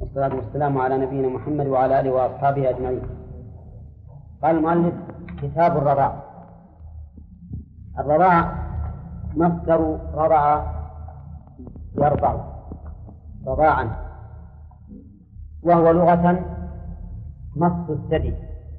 والصلاة والسلام على نبينا محمد وعلى آله وأصحابه أجمعين. قال المؤلف: كتاب الرضاع. الرضاع مصدر رضع يرضع رضاعا، وهو لغة مص الثدي.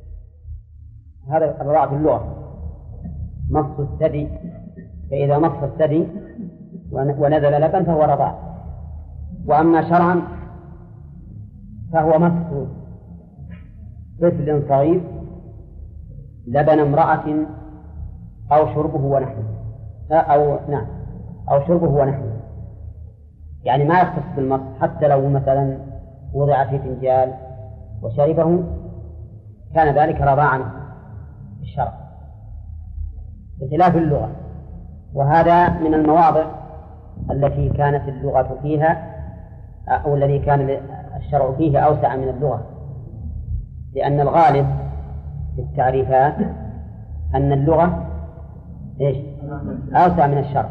هذا الرضاع في اللغة مص الثدي، فإذا مص الثدي ونزل لبن فهو رضاع. وأما شرعا فهو مص طفل صغير لبن امرأة أو شربه ونحوه أو شربه ونحوه، يعني ما يختص بالمص، حتى لو مثلا وضع في فنجال وشربه كان ذلك رضاعا في الشرع بخلاف اللغة. وهذا من المواضع التي كانت اللغة فيها أو الذي كان الشرع فيه أوسع من اللغة، لأن الغالب في التعريفات أن اللغة أوسع من الشرع،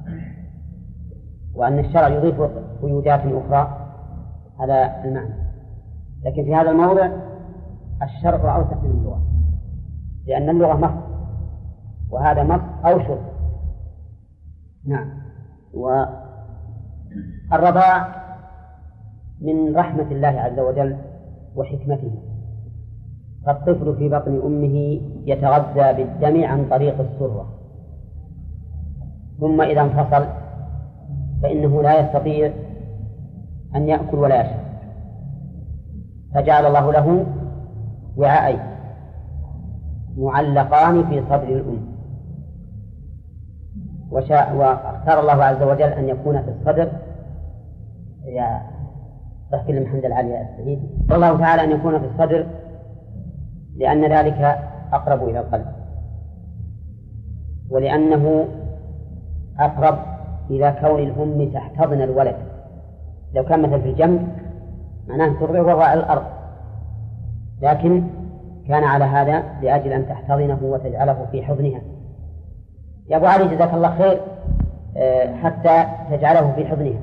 وأن الشرع يضيف قيودات أخرى على المعنى. لكن في هذا الموضع الشرع أوسع من اللغة، لأن اللغة مص وهذا مص أو شرب. نعم. والرضاع من رحمة الله عز وجل وحكمته، فالطفل في بطن أمه يتغذى بالدم عن طريق السرة، ثم إذا انفصل فإنه لا يستطيع أن يأكل ولا يشرب، فجعل الله له وعاءين معلقان في صدر الأم، واختار الله عز وجل أن يكون في الصدر، يا تحكي لمحمد العالي السعيد والله تعالى أن يكون في الصدر لأن ذلك أقرب إلى القلب، ولأنه أقرب إلى كون الأم تحتضن الولد. لو كان مثل في الجنب معناه ترضعه وهو على الأرض، لكن كان على هذا لأجل أن تحتضنه وتجعله في حضنها. يا أبو علي جزاك الله خير، حتى تجعله في حضنها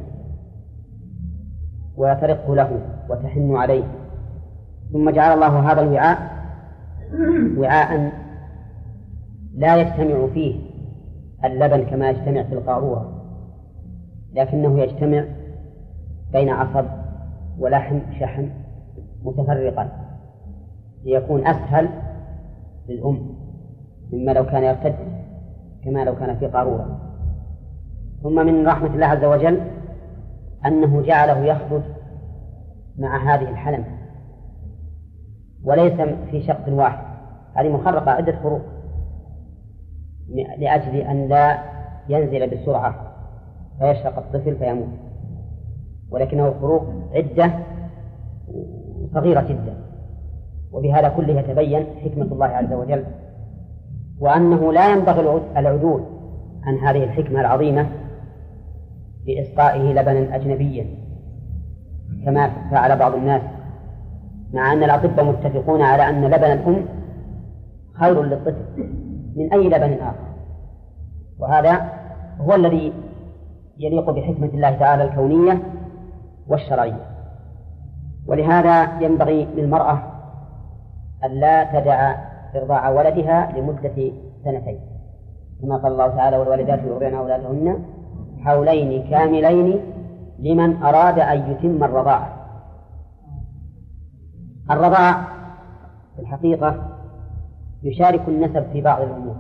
وترقه له وتحن عليه. ثم جعل الله هذا الوعاء وعاء لا يجتمع فيه اللبن كما يجتمع في القارورة، لكنه يجتمع بين عصب ولحم شحم متفرقا ليكون أسهل للأم مما لو كان يرتد كما لو كان في قارورة. ثم من رحمة الله عز وجل أنه جعله يخرج مع هذه الحلمة وليس في شق واحد، هذه مخرقة عدة خروق لأجل أن لا ينزل بسرعة فيشرق الطفل فيموت، ولكنه خروق عدة صغيرة جدا. وبهذا كله يتبين حكمة الله عز وجل، وأنه لا ينبغي العدول عن هذه الحكمة العظيمة بإسقائه لبنا أجنبيا كما فعل بعض الناس، مع أن الأطباء متفقون على أن لبن الأم خير للطفل من أي لبن آخر، وهذا هو الذي يليق بحكمة الله تعالى الكونية والشرعية. ولهذا ينبغي للمرأة أن لا تدع إرضاع ولدها لمدة 2 كما قال الله تعالى: والوالدات يرضعن أولادهن حولين كاملين لمن أراد أن يتم الرضاعة. الرضاع في الحقيقة يشارك النسب في بعض الأمور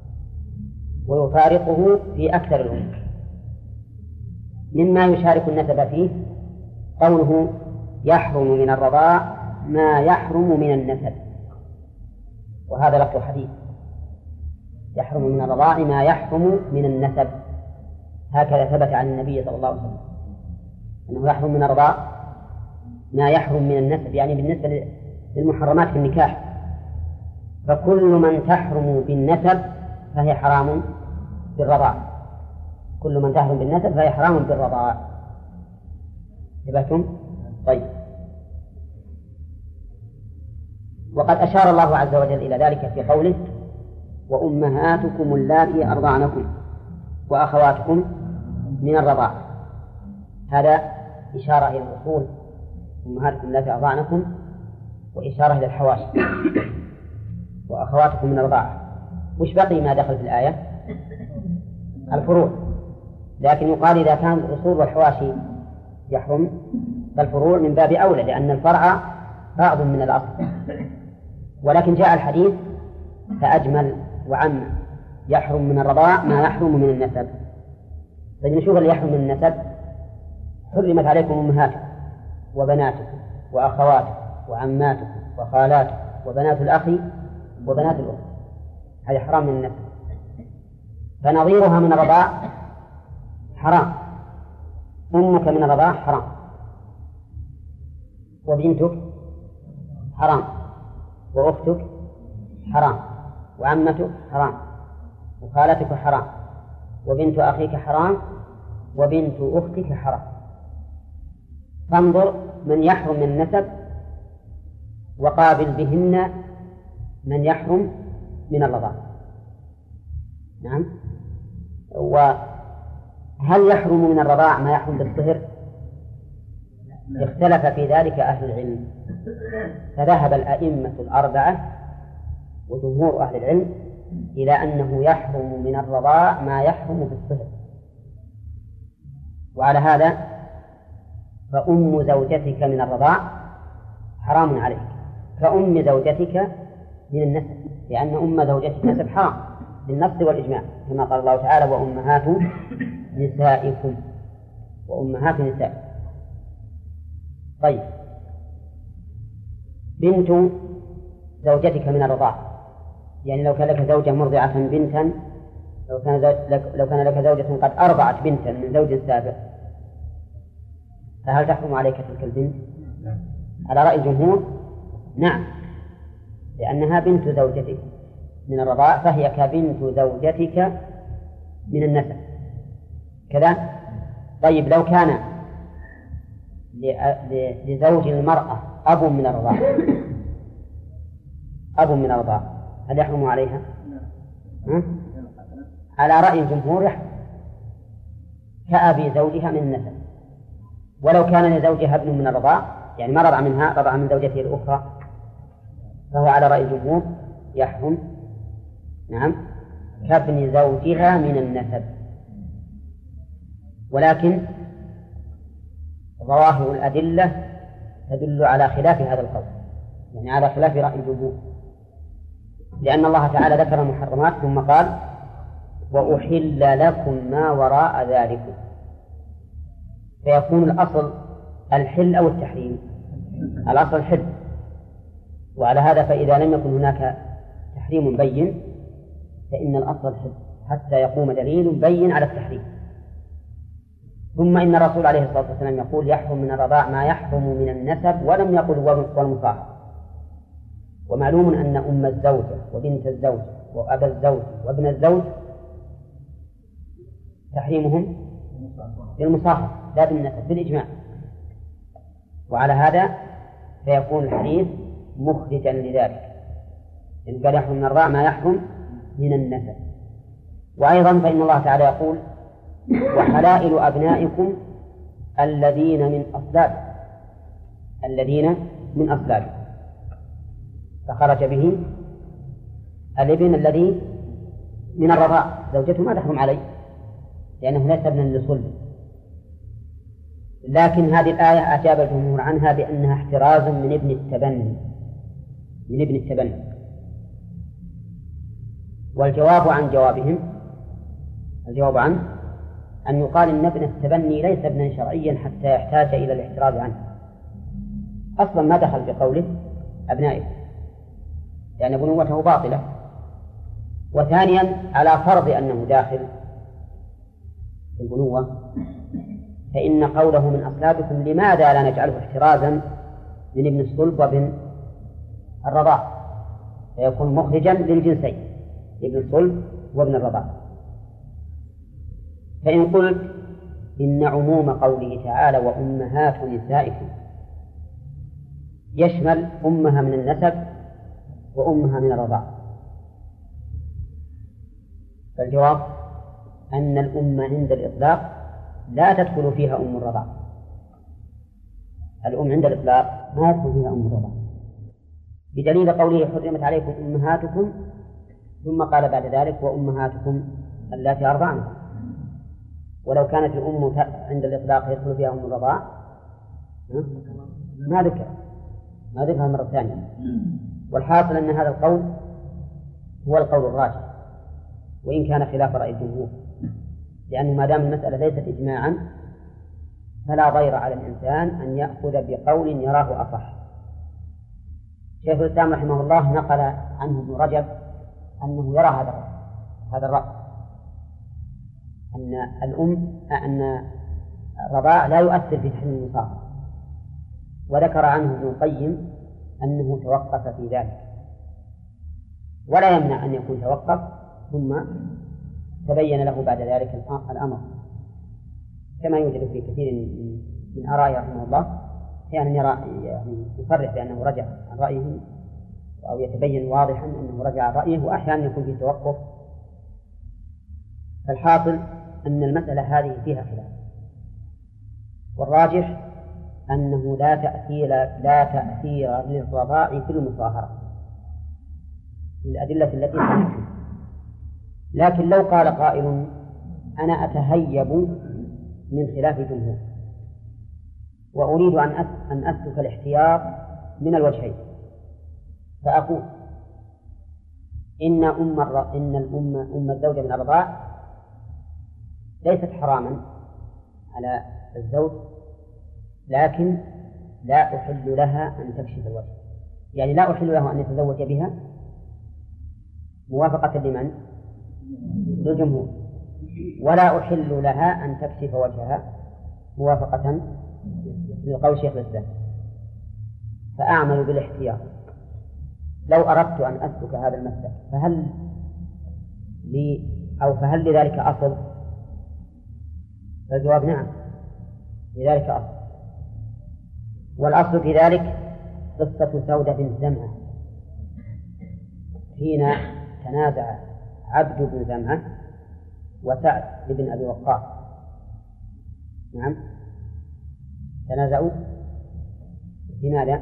ويفارقه في أكثر الأمور. مما يشارك النسب فيه قوله: يحرم من الرضاع ما يحرم من النسب، وهذا لفظ حديث: يحرم من الرضاع ما يحرم من النسب، هكذا ثبت عن النبي صلى الله عليه وسلم أنه يحرم من الرضاع ما يحرم من النسب، يعني بالنسبة للمحرمات في النكاح، فكل من تحرم بالنسب فهي حرام بالرضاع، كل من تحرم بالنسب فهي حرام بالرضاع. انتبهتم؟ طيب. وقد أشار الله عز وجل إلى ذلك في قوله: وأمهاتكم اللاتي أرضعنكم وأخواتكم من الرضاعة. هذا إشارة إلى الأصول أمهاتكم التي أرضعنكم، وإشارة إلى الحواشي، وأخواتكم من الرضاعة. وش بقي ما دخل في الآية؟ الفروع. لكن يقال إذا كان الأصول والحواشي يحرم فالفروع من باب أولى، لأن الفرع بعض من الأصل. ولكن جاء الحديث فأجمل وعم، يحرم من الرضاع ما يحرم من النسب. طيب نشوف اللي يحرم من النسب. حرمت عليكم أمهاتكم وبناتكم وأخواتكم وعماتكم وخالاتكم وبنات الأخ وبنات الأخت، هذه حرام من النسب. فنظيرها من الرضاع حرام، أمك من الرضاع حرام، وبنتك حرام، وأختك حرام، وعمتك حرام، وخالتك حرام، وبنت أخيك حرام، وبنت أختك حرام. فانظر من يحرم من النسب وقابل بهن من يحرم من الرضاع. نعم. وهل يحرم من الرضاع ما يحرم بالطهر؟ اختلف في ذلك أهل العلم، فذهب الأئمة الأربعة وجمهور أهل العلم إلى أنه يحرم من الرضاع ما يحرم بالطهر. وعلى هذا فأم زوجتك من الرضاع حرام عليك كأم زوجتك من النسب، لأن أم زوجتك نسب حرام بالنص والإجماع، كما قال الله تعالى: وأمهات نسائكم، وأمهات نسائكم. طيب، بنت زوجتك من الرضاع، يعني لو كان لك زوجة مرضعة بنتا، لو كان لك زوجة قد أرضعت بنتا من زوج سابق، فهل تحرم عليك تلك البنت؟ على رأي الجمهور نعم، لأنها بنت زوجتك من الرضاع، فهي كبنت زوجتك من النسب كذا. طيب، لو كان لزوج المرأة أب من الرضاع، أب من الرضاع، هل يحرم عليها؟ على رأي الجمهور يحرم كأبي زوجها من النسب. ولو كان لزوجها ابن من الرضاع، يعني ما رضع منها، رضع من زوجته الأخرى، فهو على رأي الجمهور يحرم نعم كابن زوجها من النسب. ولكن ظواهر الأدلة تدل على خلاف هذا القول، يعني على خلاف رأي الجمهور، لأن الله تعالى ذكر المحرمات ثم قال: وأحل لكم ما وراء ذلكم، فيكون الأصل الحل أو التحريم؟ الأصل الحل. وعلى هذا فإذا لم يكن هناك تحريم بين فإن الأصل الحل حتى يقوم دليل بين على التحريم. ثم إن الرسول عليه الصلاة والسلام يقول: يحرم من الرضاع ما يحرم من النسب، ولم يقل والمصاهرة. ومعلوم أن أم الزوجة وبنت الزوج وأبا الزوج وابن الزوج تحريمهم بالمصاهرة لا بالنسب بالإجماع. وعلى هذا فيكون الحديث مخرجا لذلك، إن قال يحرم من الرضاع ما يحرم من النسب. وأيضا فإن الله تعالى يقول: وحلائل أبنائكم الذين من أصلابكم، الذين من أصلابكم، فخرج به الابن الذي من الرضاع، زوجته ما تحرم عليه لأنه ليس ابنا لصلب. لكن هذه الآية أجاب الجمهور عنها بأنها احتراز من ابن التبني، من ابن التبني. والجواب عن جوابهم، الجواب عنه أن يقال إن ابن التبني ليس ابنا شرعيا حتى يحتاج إلى الاحتراز عنه، أصلا ما دخل بقوله أبنائه لأن بنوته باطلة. وثانيا على فرض أنه داخل في البنوة فإن قوله من أصلابكم لماذا لا نجعله احترازا من ابن الصلب وابن الرضاع، فيكون مخرجا للجنسين ابن الصلب وابن الرضاع. فإن قلت إن عموم قوله تعالى وأمهات نسائكم يشمل أمها من النسب وأمها من الرضاع، فالجواب أن الأمة عند الإطلاق لا تدخل فيها أم الرضاع، الأم عند الإطلاق ما يدخل فيها أم الرضاع، بدليل قوله حرمت عليكم أمهاتكم، ثم قال بعد ذلك وأمهاتكم اللاتي أرضعنكم. ولو كانت الأم عند الإطلاق يدخل فيها أم الرضاع ما ذكرها مرة ثانية. والحاصل أن هذا القول هو القول الراجح وإن كان خلاف رأي الجمهور، لأنه ما دام المسألة ليست إجماعا فلا ضير على الإنسان أن يأخذ بقول يراه أصح. شيخ الإسلام رحمه الله نقل عنه ابن رجب أنه يرى هذا الرأي، أن الرضاع لا يؤثر في تحريم المصاهرة، وذكر عنه ابن القيم أنه توقف في ذلك، ولا يمنع أن يكون توقف ثم تبين له بعد ذلك الأمر، كما يوجد في كثير من آرائه رحمه الله، يعني يصرح بأنه رجع عن رأيه أو يتبين واضحا أنه رجع عن رأيه، وأحيانا يكون فيه توقف. فالحاصل أن المسألة هذه فيها خلاف، والراجح أنه لا تأثير للرضاع في المصاهرة للأدلة التي سنحكي. لكن لو قال قائل أنا أتهيب من خلاف الجمهور وأريد أن أسلك الاحتياط من الوجهين، فأقول إن أم الزوجة من الرضاع ليست حراما على الزوج، لكن لا أحل لها أن تكشف الوجه، يعني لا أحل له أن يتزوج بها موافقة لمن؟ للجمهور، ولا أحل لها أن تكشف وجهها موافقة لقول شيخ الإسلام، فأعمل بالاحتياط. لو أردت أن أسلك هذا المسلك فهل لذلك أصل؟ فالجواب نعم، لذلك أصل. والأصل في ذلك قصة سودة بن زمعة حين تنازع عبد بن زمعة وسعد بن أبي وقاص. نعم، تنازعوا في ماذا؟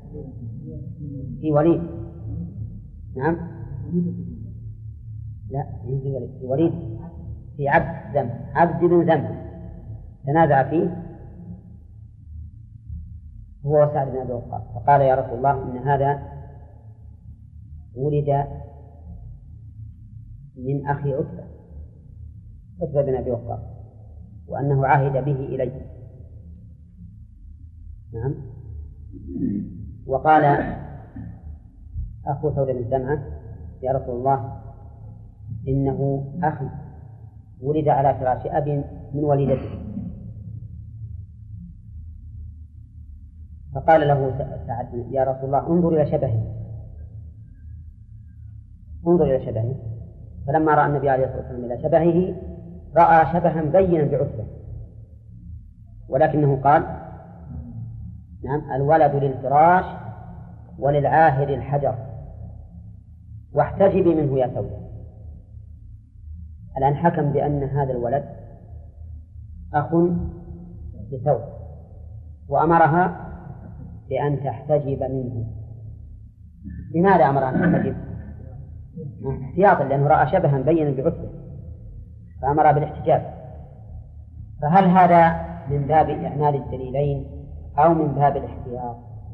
في وليد. نعم، لا، في وليد، في عبد بن زمعة تنازع فيه هو وسعد بن أبي وقاص، فقال يا رسول الله إن هذا ولد من أخي عتبة بن أبي وقاص، وأنه عهد به إلي. نعم. وقال أخو سودة بن زمعة يا رسول الله إنه أخي ولد على فراش أب من وليدته. فقال له سعد يا رسول الله انظر إلى شبهه. فلما رأى النبي عليه الصلاة والسلام إلى شبهه رأى شبها بينا بعتبة، ولكنه قال نعم الولد للفراش وللعاهر الحجر واحتجبي منه يا سودة. الآن حكم بأن هذا الولد أخ لسودة وأمرها بأن تحتجب منه. لماذا أمرها أن تحتجب؟ احتياطا، لأنه رأى شبها بينا بعتبة فأمر بالاحتجاب. فهل هذا من باب إعمال الدليلين أو من باب الاحتياط؟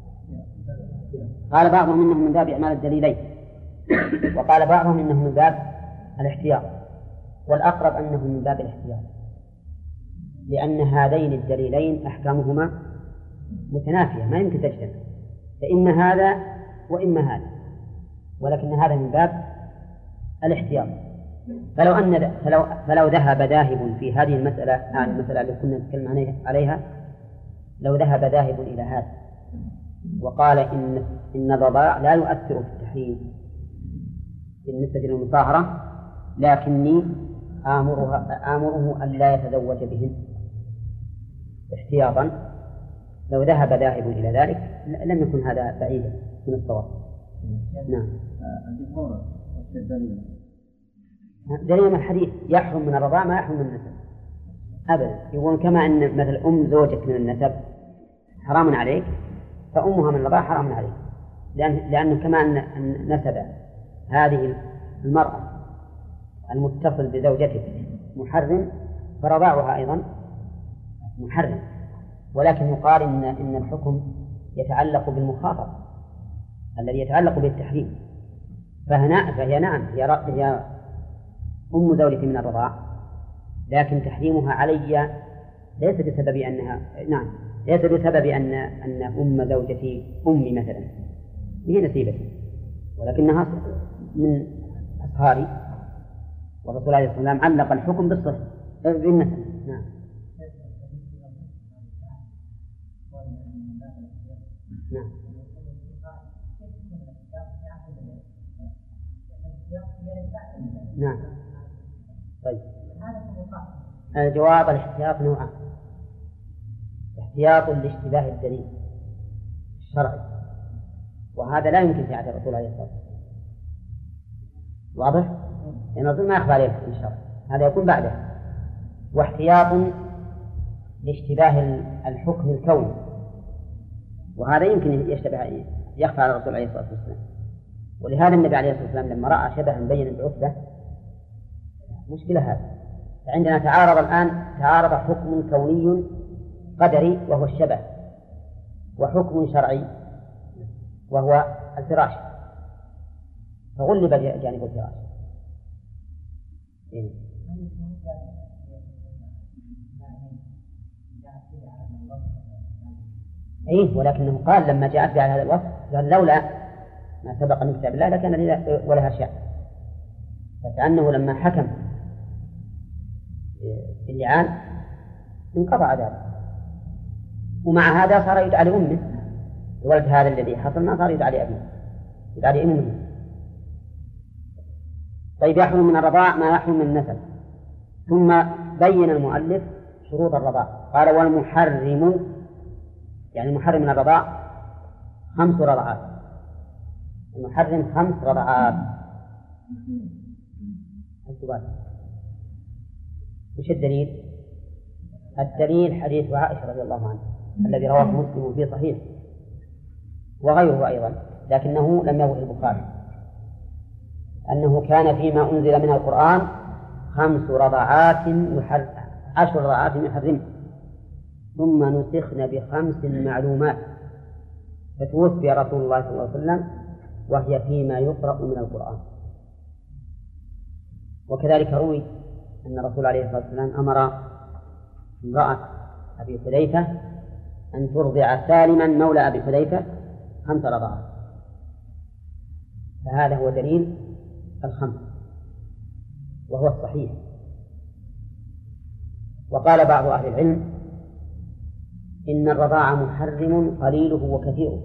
قال بعضهم إنه من باب إعمال الدليلين، وقال بعضهم إنه من باب الاحتياط، والأقرب أنه من باب الاحتياط، لأن هذين الدليلين أحكامهما متنافية ما يمكن تجتمع، فإما هذا وإما هذا، ولكن هذا من باب الاحتياط. فلو ذهب ذاهب في هذه المسألة المسألة التي كنا نتكلم عليها، لو ذهب ذاهب إلى هذا وقال إن الرضاع لا يؤثر في التحريم بالنسبة للمصاهرة، لكني آمره أن لا يتزوج بهن احتياطا، لو ذهب ذاهب إلى ذلك لم يكن هذا بعيدا من الصواب. نعم. دليل الحديث يحرم من الرضاع ما يحرم من النسب أبدا. يقول كما أن مثل أم زوجك من النسب حرام عليك فأمها من الرضاعة حرام عليك، لأنه كما أن نسب هذه المرأة المتصل بزوجته محرم فرضاعها أيضا محرم. ولكن يقال إن الحكم يتعلق بالمخاطب الذي يتعلق بالتحريم، فهي نعم هي أم زوجتي من الرضاع، لكن تحريمها علي ليس بسبب أنها ليس بسبب أن أم زوجتي أمي مثلا، هي نسيبتي، ولكنها من أصهاري، والرسول عليه الصلاة والسلام علق الحكم بالنسب. نعم. نعم. نعم. طيب، الجواب الاحتياط نوعان: احتياط لاشتباه الدليل الشرعي، وهذا لا يمكن في عهد الرسول عليه الصلاة والسلام، واضح؟ لأن الرسول ما يخفى عليه الحكم الشرعي، هذا يكون بعده. واحتياط لاشتباه الحكم الكوني، وهذا يمكن يخفى على الرسول عليه الصلاة والسلام. ولهذا النبي عليه الصلاة والسلام لما رأى شبها بينا بعتبة مشكلة هذا. فعندنا تعارض حكم كوني قدري وهو الشبه، وحكم شرعي وهو الفراش، فغلب جانب الفراش. ولكنه قال لما جاءت على هذا الوصف قال لولا ما سبق من كتاب الله لكان لي ولها شأن، فكأنه لما حكم باللعان انقطع ذلك، ومع هذا صار يدعى لأمه، الولد هذا الذي حصل ما صار يدعى لأبيه، يدعى لأمه. طيب، يحرم من الرضاع ما يحرم من النسب. ثم بين المؤلف شروط الرضاع، قال: والمحرم، يعني المحرم من الرضاع 5 رضعات، المحرم 5 رضعات. وش الدليل؟ الدليل حديث عائشة رضي الله عنها الذي رواه مسلم في صحيح وغيره أيضا، لكنه لم يروه البخاري، أنه كان فيما أنزل من القرآن 5 رضعات 10 رضعات يحرم، ثم نسخن ب5 معلومات، فتوفي رسول الله صلى الله عليه وسلم وهي فيما يقرأ من القرآن. وكذلك روي أن الرسول عليه الصلاة والسلام أمر امرأة أبي حذيفة أن ترضع سالما مولى أبي حذيفة 5 رضعات، فهذا هو دليل 5 وهو الصحيح. وقال بعض أهل العلم إن الرضاع محرم قليله وكثيره،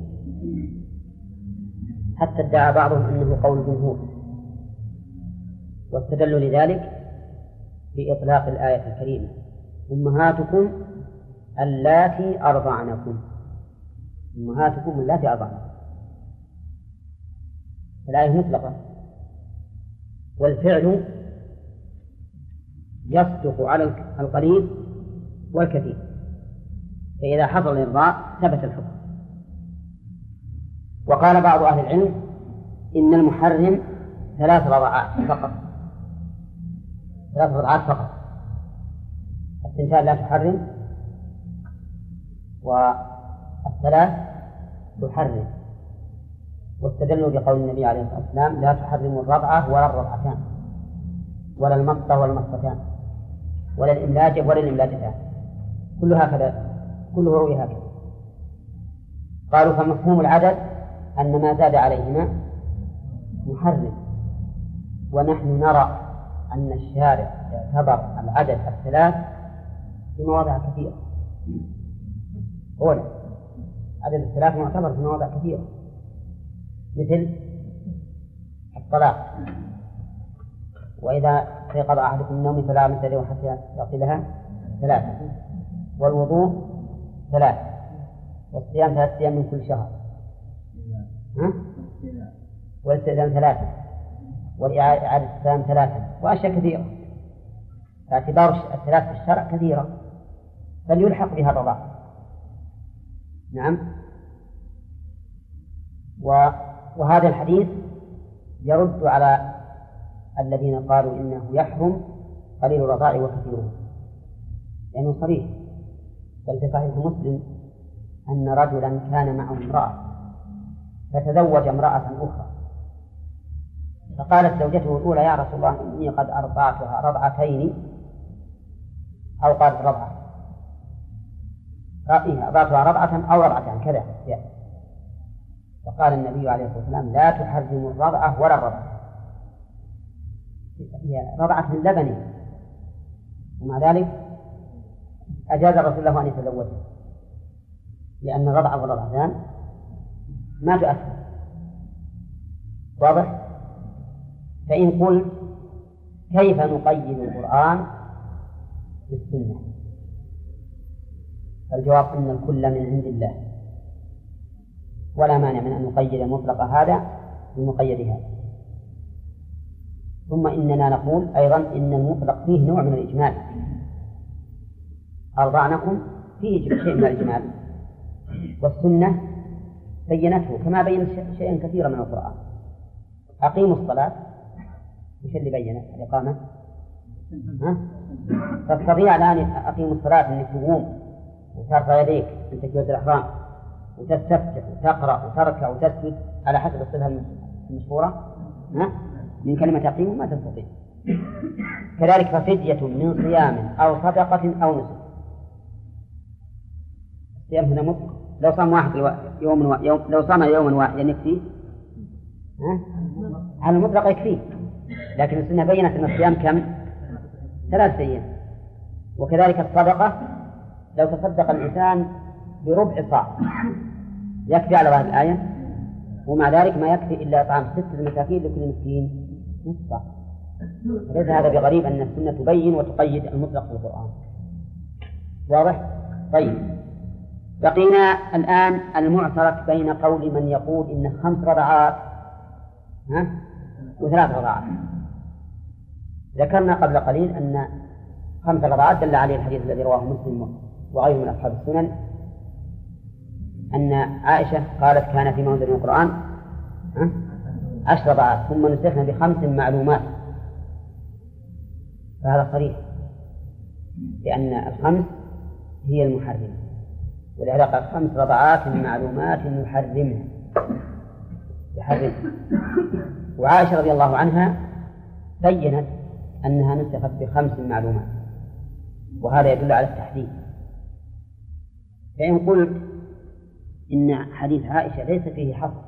حتى ادعى بعضهم أنه قول الجمهور، واستدلوا لذلك بإطلاق الآية الكريمة: أمهاتكم اللاتي أرضعنكم، أمهاتكم اللاتي أرضعنكم، الآية مطلقة، والفعل يصدق على القليل والكثير، فإذا حصل الإرضاع ثبت الحكم. وقال بعض أهل العلم إن المحرم 3 رضعات فقط، 3 رضعات فقط، 2 لا تحرم و3 تحرم. واستدلوا بقول النبي عليه الصلاة والسلام: لا تحرم الرضعة ولا الرضعتان ولا المطة ولا المطتان ولا الإملاج ولا الإملاجتان، كله روي هكذا. قالوا: فمفهوم العدد أن ما زاد عليهما محرم، ونحن نرى أن الشارع يعتبر العدد 3 في مواضع كثيرة. أولا، عدد 3 معتبر في مواضع كثيرة، مثل الطلاق: وإذا استيقظ أحدكم من النوم فلا يمسه حتى يغسلها 3، والوضوء 3، والصيام 3 أيام من كل شهر، والاستئذان 3، والإعادة السلام 3، وأشياء كثيرة. فاعتبار 3 في الشرع كثيرة، فليلحق بها الرضاع. نعم. وهذا الحديث يرد على الذين قالوا إنه يحرم قليل الرضاع وكثيره، لأنه صريح. بل في صحيح مسلم أن رجلا كان معه امرأة فتزوج امرأة أخرى، فقالت زوجته الأولى: يا رسول الله إني قد أرضعتها رضعتين، أو قالت أرضعتها رضعة أو رضعتان كذا. فقال النبي عليه الصلاة والسلام: لا تحرم الرضعة ولا الرضعة، هي رضعة من لبنه، ومع ذلك أجاز الرسول له أن يتزوجها، لأن الرضعة والرضعتان ما تؤثر. واضح؟ فإن قلت كيف نقيد القرآن بالسنة؟ الجواب أن الكل من عند الله، ولا مانع من أن نقيد مطلق هذا بمقيد هذا. ثم إننا نقول أيضا إن المطلق فيه نوع من الإجمال، أرضعنكم فيه شيء من الإجمال، والسنة بينته كما بين شيئا كثيرا من القرآن. أقيموا الصلاة، وش اللي بينه؟ الإقامة. تستطيع الآن أقيموا الصلاة أنك تقوم وترفع يديك من تكبيرة الإحرام وتستفتح وتقرأ وتركع وتسجد على حسب الصفة المشهورة من كلمة أقيموا، ما تستطيع. كذلك ففدية من صيام أو صدقة أو نسك. الصيام هنا مطلق، لو صام واحد لو صام يوما واحدا يكفي، على المطلق يكفيه. لكن السنة بينت أن الصيام كم؟ 3 أيام. وكذلك الصدقة، لو تصدق الإنسان بربع صاع يكفي على ظاهر الآية، ومع ذلك ما يكفي إلا طعام 6 مساكين لكل مسكين نصف صاع. ليس هذا بغريب أن السنة تبين وتقيد المطلق في القرآن. واضح؟ طيب، بقينا الآن المعترك بين قول من يقول إن 5 رضعات و3 رضعات. ذكرنا قبل قليل أن 5 رضعات دل عليه الحديث الذي رواه مسلم وغيره من أصحاب السنن، أن عائشة قالت كان في منزل من القرآن 10 رضعات ثم نسخنا ب5 معلومات، فهذا صريح، لأن 5 هي المحرمة، ولهذا قال 5 رضعات معلومات يحرمها. وعائشة رضي الله عنها بيّنت أنها نسخت ب5 معلومات، وهذا يدل على التحديد. فإن قلت إن حديث عائشة ليس فيه حصر،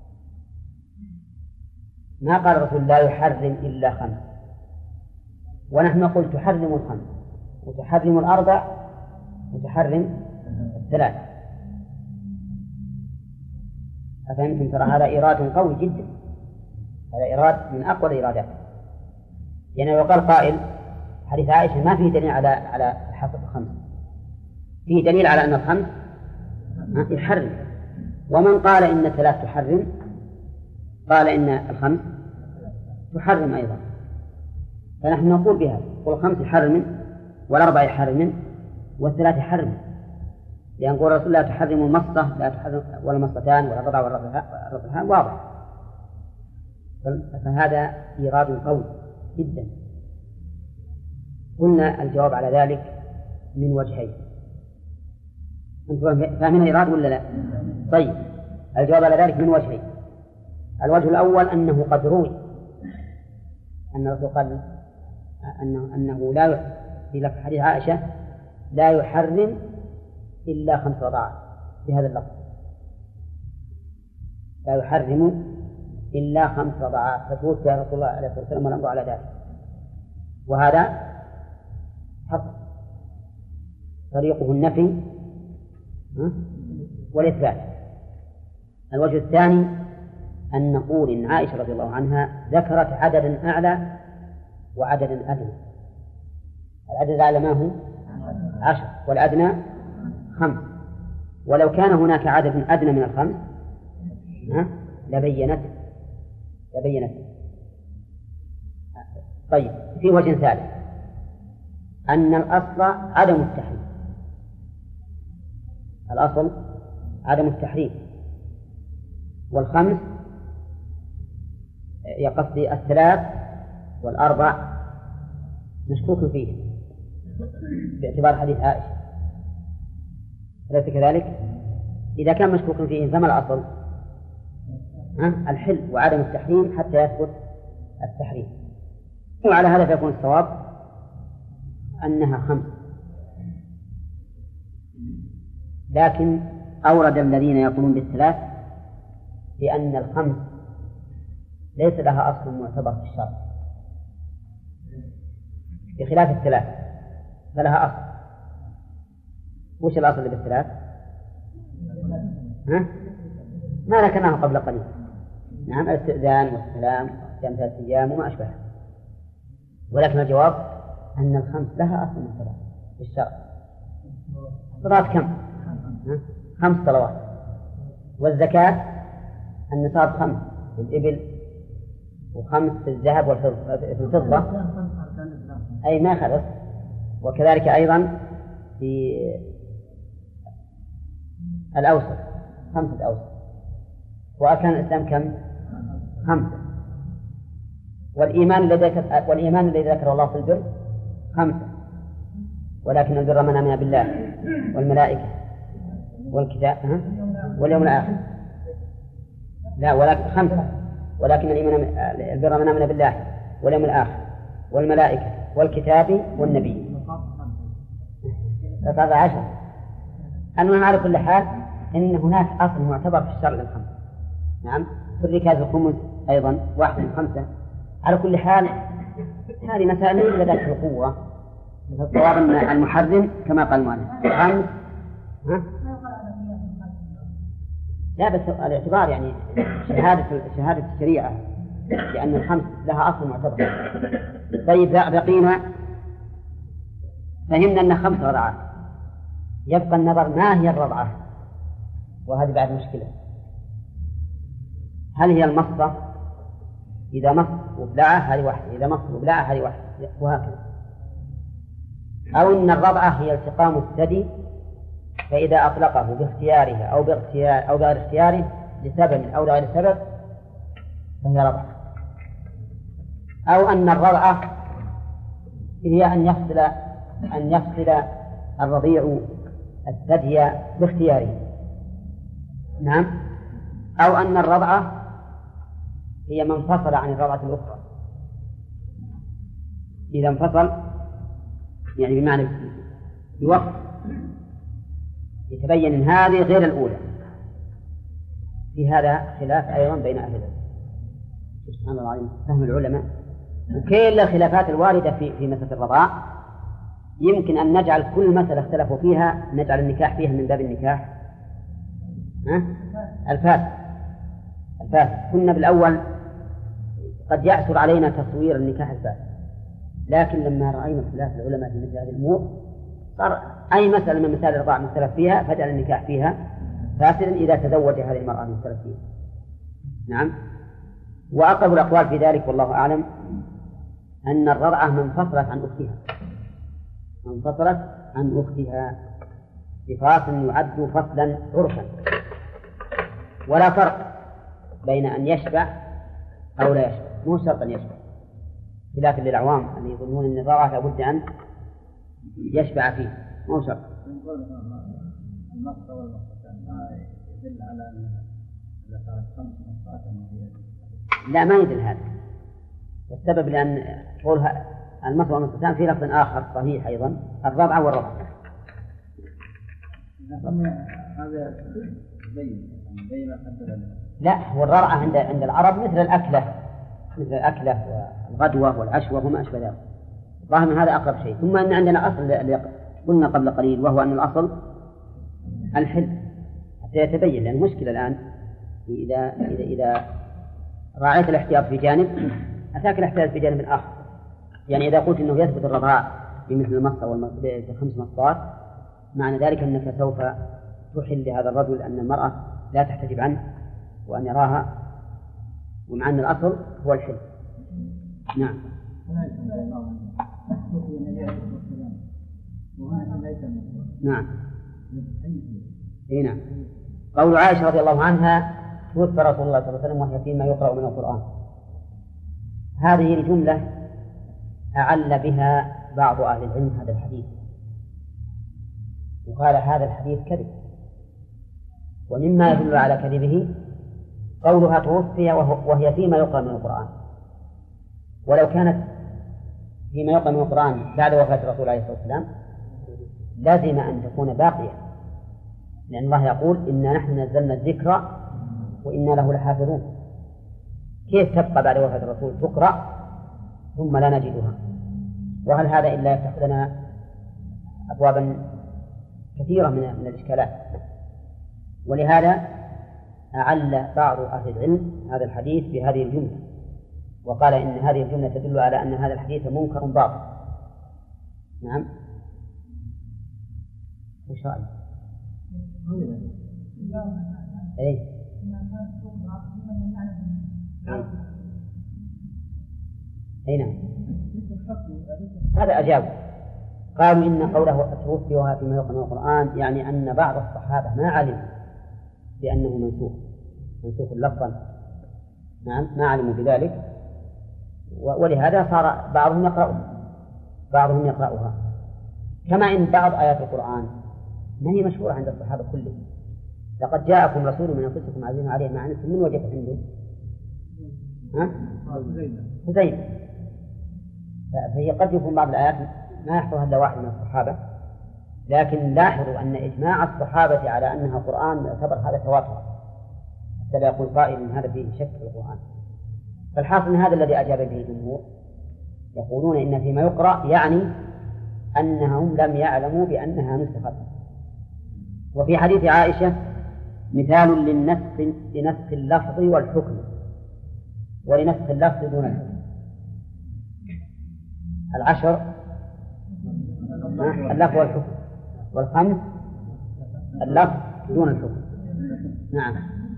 ما قال الرسول لا يحرم إلا 5، ونحن نقول تحرم 5 وتحرم 4 وتحرم 3. أفهمتم؟ ترى هذا إيراد قوي جدا، هذا إيراد من أقوى الإيرادات. يعني لو قال قائل حديث عائشة ما فيه دليل على حصر 5، فيه دليل على أن 5 يحرم، ومن قال إن 3 تحرم قال إن 5 تحرم أيضا. فنحن نقول بها، قل 5 يحرم و4 يحرم و3 يحرم، لأن قول رسول الله تحرم المصة لا تحرم ولا المصتان ولا الرضع والرضعان، واضح. فهذا إيراد قوي جدا. قلنا الجواب على ذلك من وجهين. أنتم فاهمين الإيراد ولا لا؟ طيب، الجواب على ذلك من وجهين. الوجه الأول أنه قد روي أن الرسول قال أنه لا، في لفظ حديث عائشة لا يحرم إلا 5 رضعات بهذا اللفظ، لا يحرم إلا 5 رضعات، فتوفي رسول الله عليه الصلاة والسلام والأمر على ذلك. وهذا حق طريقه النفي والإثبات. الوجه الثاني أن نقول إن عائشة رضي الله عنها ذكرت عددا أعلى وعددا أدنى. العدد الأعلى ما هو 10 والأدنى 5، ولو كان هناك عدد أدنى من 5 لبينته. طيب، في وجه ثالث أن الأصل عدم التحريم، الأصل عدم التحريم، والخمس يقصد الثلاث والأربع مشكوك فيه باعتبار حديث عائشة، أليس كذلك؟ إذا كان مشكوك فيه فما الأصل؟ الحل وعدم التحريم حتى يثبت التحريم. وعلى هذا فيكون الصواب أنها خمس. لكن أورد الذين يقولون بالثلاث بأن الخمس ليس لها أصل معتبر في الشرع بخلاف الثلاث فلها أصل. وش الأصل بالثلاث؟ ما ذكرناه قبل قليل. نعم، الاستئذان والسلام وصيام 3 أيام وما أشبهه. ولكن الجواب أن الخمس لها أصل معتبر في الشرع. صلاة كم؟ 5 صلوات. والزكاة النصاب 5 في الإبل و5 في الذهب في الفضة، أي ما خلص. وكذلك أيضا في الأوسط 5 أوسط. وأركان الإسلام كم؟ 5. والإيمان الذي ذكر الله في البر 5. ولكن البر من آمن بالله والملائكة والكتاب واليوم الآخر. لا، ولكن 5. ولكن البر من آمن بالله واليوم الآخر والملائكة والكتاب والنبي 13. المهم على كل حال إن هناك أصل معتبر في الشرع للخمس. نعم، في الركاز الخمس أيضا 1 من 5. على كل حال هذه مسائل ليس لها القوة. الصواب أن المحرم كما قال المؤلف 5. لا، بس الاعتبار يعني شهادة الشريعة لأن الخمس لها أصل معتبر. طيب، بقينا فهمنا أن 5 رضعات. يبقى النظر ما هي الرضعة، وهذه بعد مشكلة. هل هي المصة؟ إذا مص وبلعة هذه واحدة، إذا مص وبلعة هذه واحدة، وهكذا. أو أن الرضعة هي التقام الثدي، فإذا أطلقه باختياره أو بغير اختياره لسبب أو لغير سبب فهي رضعة. أو أن الرضعة هي أن يفصل الرضيع الثدي باختياره. نعم. أو أن الرضعة هي من انفصل عن الرضعة الأخرى. إذا انفصل يعني بمعنى بوقت يتبين أن هذه غير الأولى. في هذا خلاف أيضا بين أهل العلم. سبحان الله العظيم، فهم العلماء. وكل الخلافات الواردة في مسألة الرضاع يمكن أن نجعل كل مسألة اختلفوا فيها نجعل النكاح فيها من باب النكاح الفاسد. كنا بالأول قد يعسر علينا تصوير النكاح الفاسد، لكن لما رأينا خلاف العلماء في مثل هذه الأمور صار أي مسألة من مسائل الرضاع مختلف فيها فجعل النكاح فيها فاسدا إذا تزوج هذه المرأة المختلف فيها. نعم. وأقرب الأقوال في ذلك والله أعلم أن الرضعة منفصلت عن أختها بفاصل يعد فصلا عرفا، ولا فرق بين أن يشبع أو لا يشبع، مو شرط أن يشبع، خلاف للعوام أن يظنون أن الرضعة لابد أن يشبع فيه، مو شرط. المقطع والمقطعان ما يدل على أن إذا كانت 5 مقطعات لا، ما يدل هذا. والسبب لأن قولها المقطع والمقطعان في لفظ آخر صحيح أيضا، الرضعة والرضعة. هذا بين لا، هو الرضعة عند العرب مثل الأكلة والغدوة والعشوة وما أشبه ذلك. ظاهر من هذا أقرب شيء. ثم أن عندنا أصل قلنا قبل قليل، وهو أن الأصل الحل حتى يتبين. لأن المشكلة الآن إذا راعيت الاحتياط في جانب أتاك الاحتياط في جانب آخر. يعني إذا قلت أنه يثبت الرضاع بمثل المصة ب5 مصات، معنى ذلك أنك سوف تحل لهذا الرجل أن المرأة لا تحتجب عنه وأن يراها، ومع أن الأصل هو الحل. نعم. نعم. نعم. قول عائشة رضي الله عنها توفى رسول الله صلى الله عليه وسلم وهي فيما يقرأ من القرآن، هذه الجملة أعل بها بعض أهل العلم هذا الحديث وقال هذا الحديث كذب، ومما يدل على كذبه قولها توفي وهي فيما يقرأ من القرآن، ولو كانت فيما يقرأ من القرآن بعد وفاة الرسول عليه الصلاة والسلام لازم أن تكون باقية، لأن الله يقول إنا نحن نزلنا الذكر وإنا له لحافظون. كيف تبقى بعد وفاة الرسول تقرأ ثم لا نجدها؟ وهل هذا إلا يفتح لنا أبوابا كثيرة من الإشكالات؟ ولهذا أعل بعض أهل العلم هذا الحديث بهذه الجملة، وقال إن هذه الجملة تدل على أن هذا الحديث منكر باطل. نعم، وش رأيك؟ إيه؟ أي نعم، هذا أجاب. قالوا إن قوله توفي وها فيما يقرأ من القرآن يعني أن بعض الصحابة ما علموا بأنه منسوخ لفظا. نعم، ما علموا بذلك، ولهذا صار بعضهم يقرأها، كما إن بعض آيات القرآن ما هي مشهورة عند الصحابة كلهم. لقد جاءكم رسول من أنفسكم عزيز عليه ما عنتم من وجدت عنده خزيمة، فهي قد يكون بعض الآيات ما يحفظها إلا واحد من الصحابة، لكن لاحظوا أن إجماع الصحابة على أنها قرآن يعتبر هذا تواتر، حتى لا يقول قائل إن هذا فيه شك في القرآن. فالحاصل أن هذا الذي أجاب به الجمهور، يقولون إن فيما يقرأ يعني أنهم لم يعلموا بأنها نسخت. وفي حديث عائشة مثال لنسخ اللفظ والحكم، ولنسخ اللفظ دون الحكم. 10 اللفظ والحكم، 5 اللفظ دون الحكم. نعم.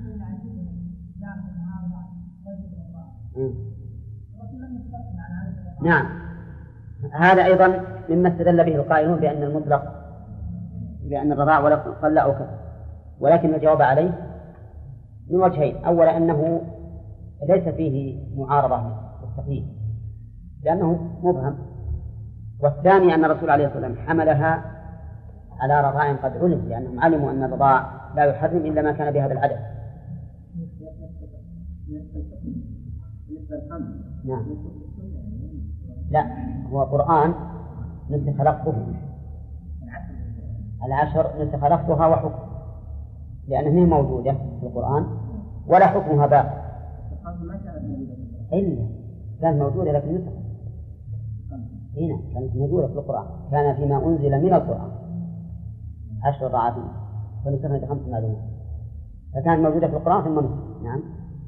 نعم، هذا أيضا مما استدل به القائلون بأن المطلق بأن الرضاع قل أو كفى، ولكن الجواب عليه من وجهين: أولا أنه ليس فيه معارضة بالتقييد لأنه مبهم، والثاني أن الرسول عليه الصلاة والسلام حملها على رضاع قد علم، لأنهم علموا أن الرضاع لا يحرم إلا ما كان بهذا العدد. نعم، لا، هو قرآن نسخ لفظه، 10 نسخ لفظها وحكم، لأنها هي موجودة في القرآن ولا حكمها باقي إلا كانت موجودة لكن نسخ. هنا كانت موجودة في القرآن، كان فيما أنزل من القرآن 10 رضعات فنسخنا ب5 معلومات، فكانت موجودة في القرآن ثم نسخ. نعم.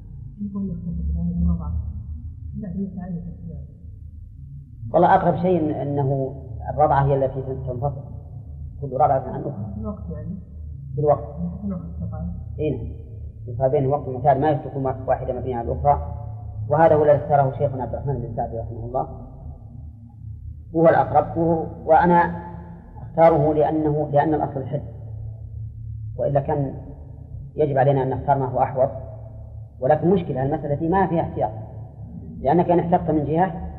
والله أقرب شيء أنه الرضعة هي التي تنفصل كل رضعة عن أخرى بالوقت. هنا يصير بين الوقت والمكان، ما يترك واحدة مبنية على الأخرى، وهذا هو الذي اختاره شيخنا عبد الرحمن بن سعدي رحمه الله، وهو الأقرب، وأنا اختاره لأن الأصل الحد، وإلا كان يجب علينا أن نختار ما هو أحوط. ولكن مشكلة المسألة ما فيها احتياط، لأنك إن احتقت من جهة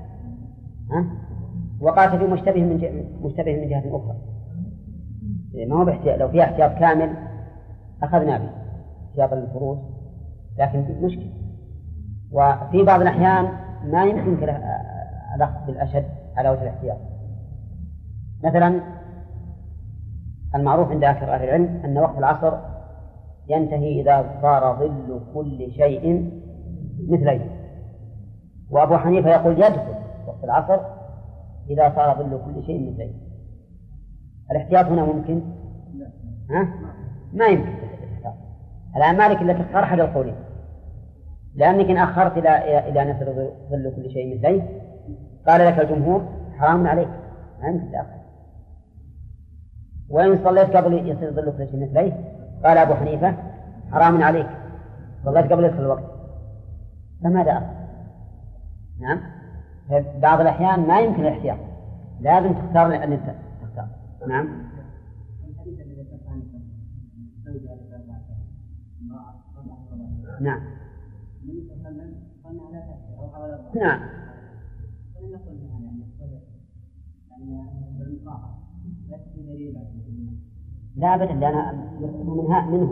وقعت في مشتبه من جهة أخرى، ما هو باحتياط. لو فيها احتياط كامل أخذنا به احتياط الفروج، لكن مشكلة. وفي بعض الأحيان ما يمكن الأخذ بالأشد على وجه الاحتياط. مثلا المعروف عند أكثر أهل العلم أن وقت العصر ينتهي إذا صار ظل كل شيء مثليه، وأبو حنيفة يقول يدخل وقت العصر إذا صار ظل كل شيء مثليه. الاحتياط هنا ممكن؟ ما يمكن الاحتياط. الآن مالك إلا تختار أحد القولين، لأنك إن أخرت إلى أن يصير ظل كل شيء مثليه قال لك الجمهور حرام عليك، ما يمكن تأخر. وإن صليت قبل يصير ظل كل شيء مثليه قال أبو حنيفة حرام عليك، صليت قبل يدخل الوقت، فماذا أفعل؟ نعم، بعض الأحيان ما يمكن الاحتياط، لازم تختار لأن أنت تختار. نعم. نعم نعم لا أبدا، لأن منه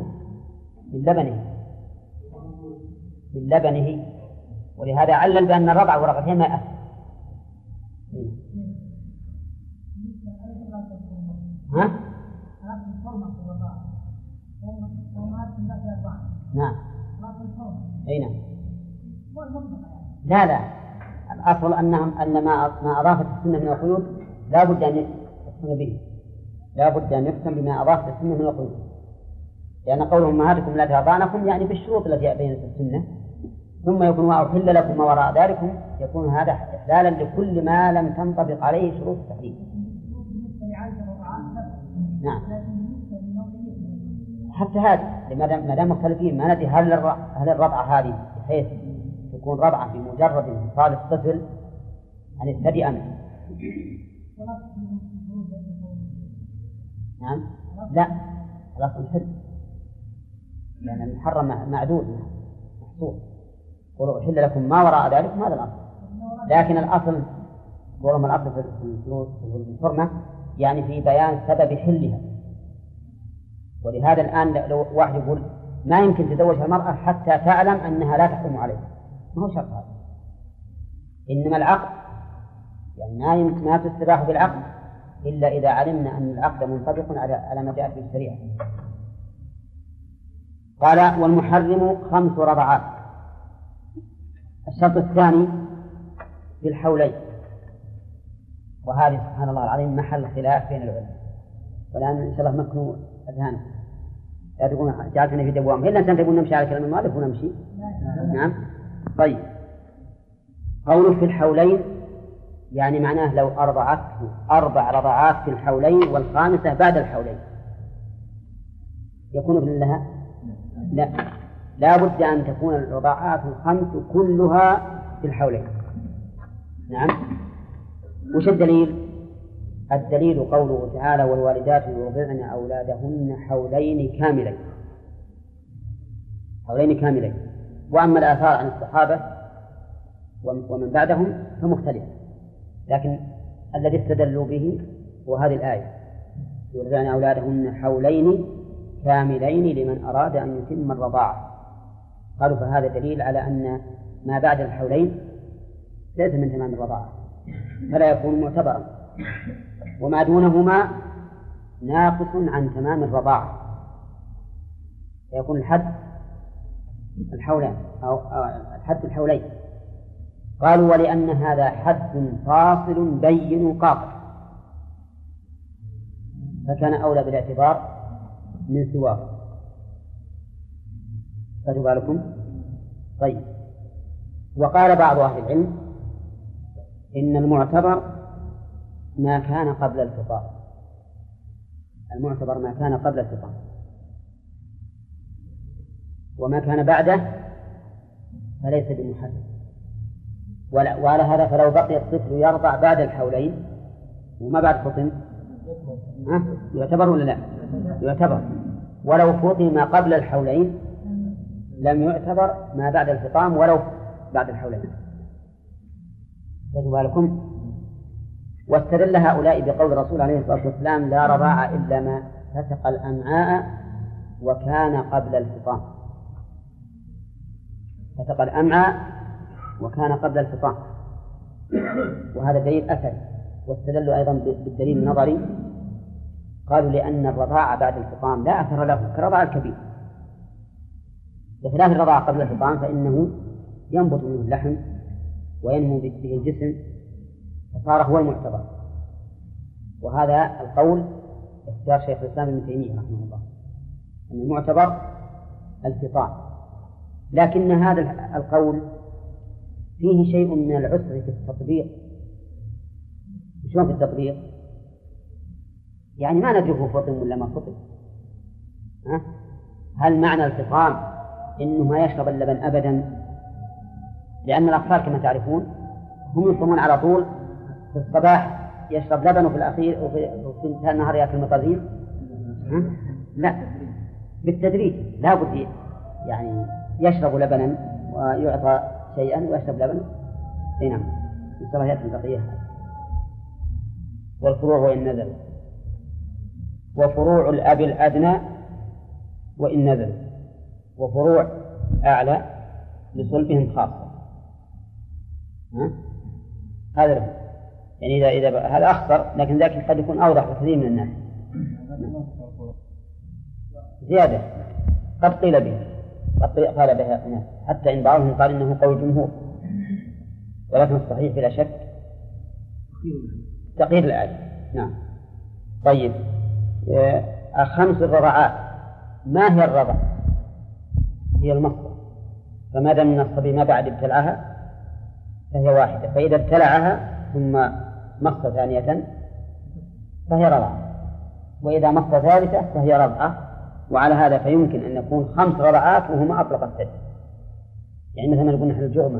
من لبنه، ولهذا علل بأن الرضع ورغتين ما يأثر. ها؟ نعم. أين؟ لا الأصل أن ما أضافت السنة من القيود لا بد أن يحكم به، لا بد أن يحكم بما أضافت السنة من القيود، لأن قولهم أمهاتكم لا ترضعنكم يعني بالشروط التي بينت السنة، ثم يكون أحل لكم ما وراء ذلكم، يكون هذا إحلالا لكل ما لم تنطبق عليه شروط التحليل. نعم. حتى هذه ما دام مختلفين ما ندري هل الرضعة هذه بحيث تكون رضعة بمجرد انفصال الطفل عن الثدي أم نعم؟ لا، الأصل حل، لأن المحرم معدود محصور، قولوا أحل لكم ما وراء ذلك، هذا الأصل. لكن الأصل قولهم الأصل في الحرمة يعني في بيان سبب حلها، ولهذا الآن لو واحد يقول ما يمكن تزوجها المرأة حتى تعلم أنها لا تحرم عليه، ما هو شرط هذا، إنما العقد يعني ما تستباح بالعقد إلا إذا علمنا أن العقد منطبق على ما جاء في الشريعة. قال والمحرم 5 رضعات. الشرط الثاني في الحولين، وهذه سبحان الله العظيم محل خلاف بين العلماء، والآن إن شاء الله مكنوا أذهانكم لا تقولون جعلتنا في دوام إلا أن تبون نمشي على كلام المؤلف ونمشي. نعم. طيب، قوله في الحولين يعني معناه لو أرضعته 4 رضعات في الحولين والخامسة بعد الحولين يكون ابن لها؟ لا بد أن تكون الرضاعات 5 كلها في الحولين. نعم. وش الدليل؟ الدليل قوله تعالى والوالدات يرضعن أولادهن حولين كاملين. وأما الآثار عن الصحابة ومن بعدهم فمختلفة، لكن الذي استدلوا به هو هذه الآية يرضعن أولادهن حولين كاملين لمن أراد أن يتم الرضاعة. قالوا فهذا دليل على أن ما بعد الحولين ليس من تمام الرضاعة فلا يكون معتبرا، وما دونهما ناقص عن تمام الرضاعة، فيكون الحد الحولين أو الحد الحولين. قالوا ولأن هذا حد فاصل بين قاطع فكان أولى بالاعتبار من سواه. خذوا بالكم. طيب، وقال بعض أهل العلم إن المعتبر ما كان قبل الفطام، وما كان بعده فليس بمحدد. وعلى هذا فلو بقي الطفل يرضع بعد الحولين وما بعد فطم يعتبر ولا لا؟ يعتبر. ولو فطم قبل الحولين لم يعتبر ما بعد الفطام ولو بعد الحولين. خذوا بالكم. واستدل هؤلاء بقول الرسول عليه الصلاة والسلام لا رضاع إلا ما فتق الأمعاء وكان قبل الفطام. فتق الأمعاء وكان قبل الفطام، وهذا دليل أثري. واستدلوا أيضا بالدليل النظري، قالوا لأن الرضاعة بعد الفطام لا أثر له كرضاع الكبير، بخلاف الرضاعة قبل الفطام فإنه ينبت منه اللحم وينمو به الجسم فصار هو المعتبر. وهذا القول اختيار شيخ الإسلام ابن تيمية رحمه الله، أن المعتبر الفطام. لكن هذا القول فيه شيء من العسر في التطبيق. شلون في التطبيق؟ يعني ما ندري هو فطم ولا ما فطم. هل معنى الفطام إنه ما يشرب اللبن أبدا؟ لأن الأطفال كما تعرفون هم يصومون على طول، في الصباح يشرب لبن وفي الأخير وفي انتهاء النهار يأكل مطازين. لا، بالتدريج لا بد يعني يشرب لبنا ويعطى شيئا ويشرب لبنا. نعم، الصلاحيات البقية. والفروع وإن نزل، وفروع الأب الأدنى وإن نزل، وفروع أعلى لصلبهم خاصة. هذا له. يعني إذا هذا أخطر، لكن ذاك قد يكون أوضح لكثير من الناس. زيادة قد قيل به، قال بها الناس، حتى إن بعضهم قال إنه قول الجمهور، ولكن الصحيح بلا شك تقييد الآية. نعم. طيب، 5 الرضعات. ما هي الرضع؟ هي المصة، فما دام من الصبي ما بعد ابتلعها فهي واحدة، فإذا ابتلعها ثم مصة ثانية فهي رضعة، وإذا مصة ثالثة فهي رضعة. وعلى هذا فيمكن أن يكون 5 رضعات وهما أطلق الثدي. يعني مثلا نقول نحن الجرمة.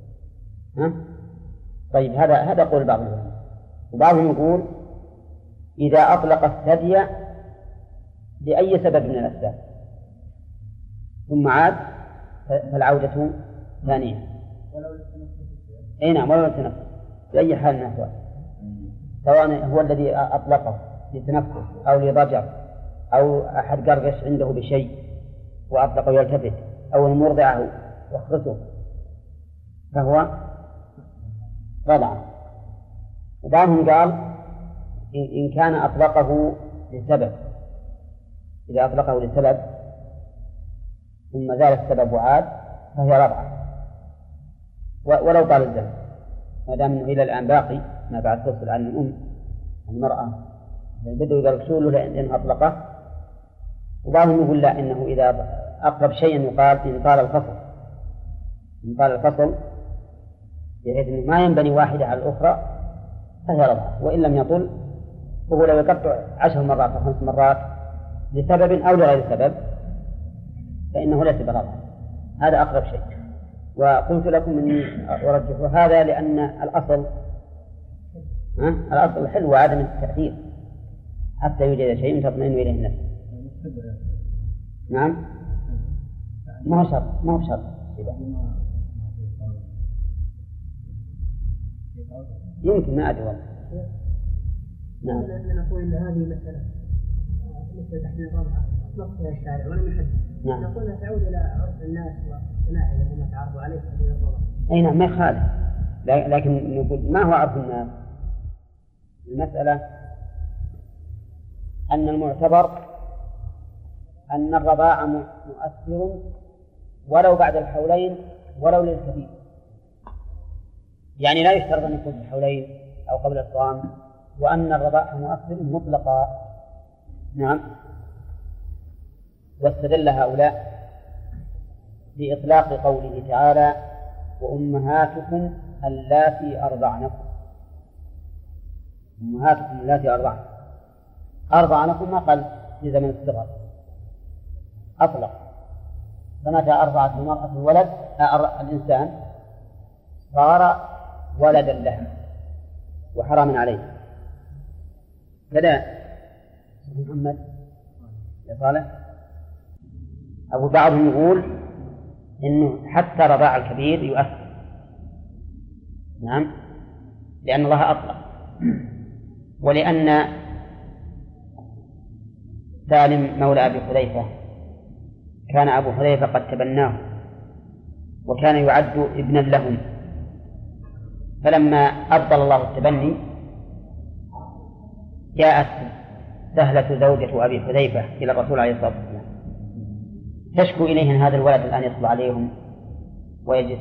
طيب، هذا قول بعض العلماء، وبعضهم يقول إذا أطلق الثدي لأي سبب من الأسباب ثم عاد فالعودة ثانية. أي نعم، ولو للتنفس بأي حال من الأحوال، سواء هو الذي أطلقه لتنفس أو لضجر أو أحد قرقش عنده بشيء وأطلقه يلتفت أو المرضعه واخرسه فهو رضعه. وبعضهم قال إن كان أطلقه لسبب، إذا أطلقه لسبب ثم زال السبب وعاد فهي رضعة ولو طال الزمن، ما دام إلى الآن باقي ما بعد تصل عن الأم المرأة بدأوا يدرسوا له لأن أطلقه. وبعضهم يقول لا، إنه إذا أقرب شيء يقال إن طال الفصل بحيث أنه ما ينبني واحدة على الأخرى فهي رضعة، وإن لم يطل فهو لو يقطع 10 مرات أو 5 مرات لسبب أو لغير سبب فإنه ليس برضعة. هذا أقرب شيء. وقلت لكم أني أرجح هذا لأن الأصل حلو وعدم التأثير حتى يوجد شيء تطمئن إليه النفس. نعم، ما هو شرط يمكن، ما أدري والله. نعم. نقول أن هذه مسألة مثل تحميل الرضعة أطلقها الشارع ولم يحدد. نعم. نقول تعود إلى عرف الناس واقتناع الذين تعرفوا عليه تحميل الرضعة. أي نعم، ما يخالف، لكن نقول ما هو عرف الناس. المسألة أن المعتبر أن الرضاعة مؤثر ولو بعد الحولين ولو للكبير، يعني لا يشترط أن يكون في الحولين أو قبل الصوام، وأن الرضاعة مؤثر مطلقا. نعم. واستدل هؤلاء بإطلاق قوله تعالى وأمهاتكم اللاتي أرضعنكم. أمهاتكم اللاتي أرضعنكم ما قال في زمن الصغر، أطلق. فمتى أرضعت المرأة الولد الإنسان صار ولدا له وحرام عليه. كذا محمد يا صالح. أبو بعضهم يقول إنه حتى رضاع الكبير يؤثر. نعم، لأن الله أطلق، ولأن سالم مولى أبي حذيفة كان أبو حذيفة قد تبناه وكان يعد ابنا لهم، فلما أبطل الله التبني جاءت سهلة زوجة أبي حذيفة إلى الرسول عليه الصلاة والسلام تشكو إليه هذا الولد الآن يدخل عليهم ويجلس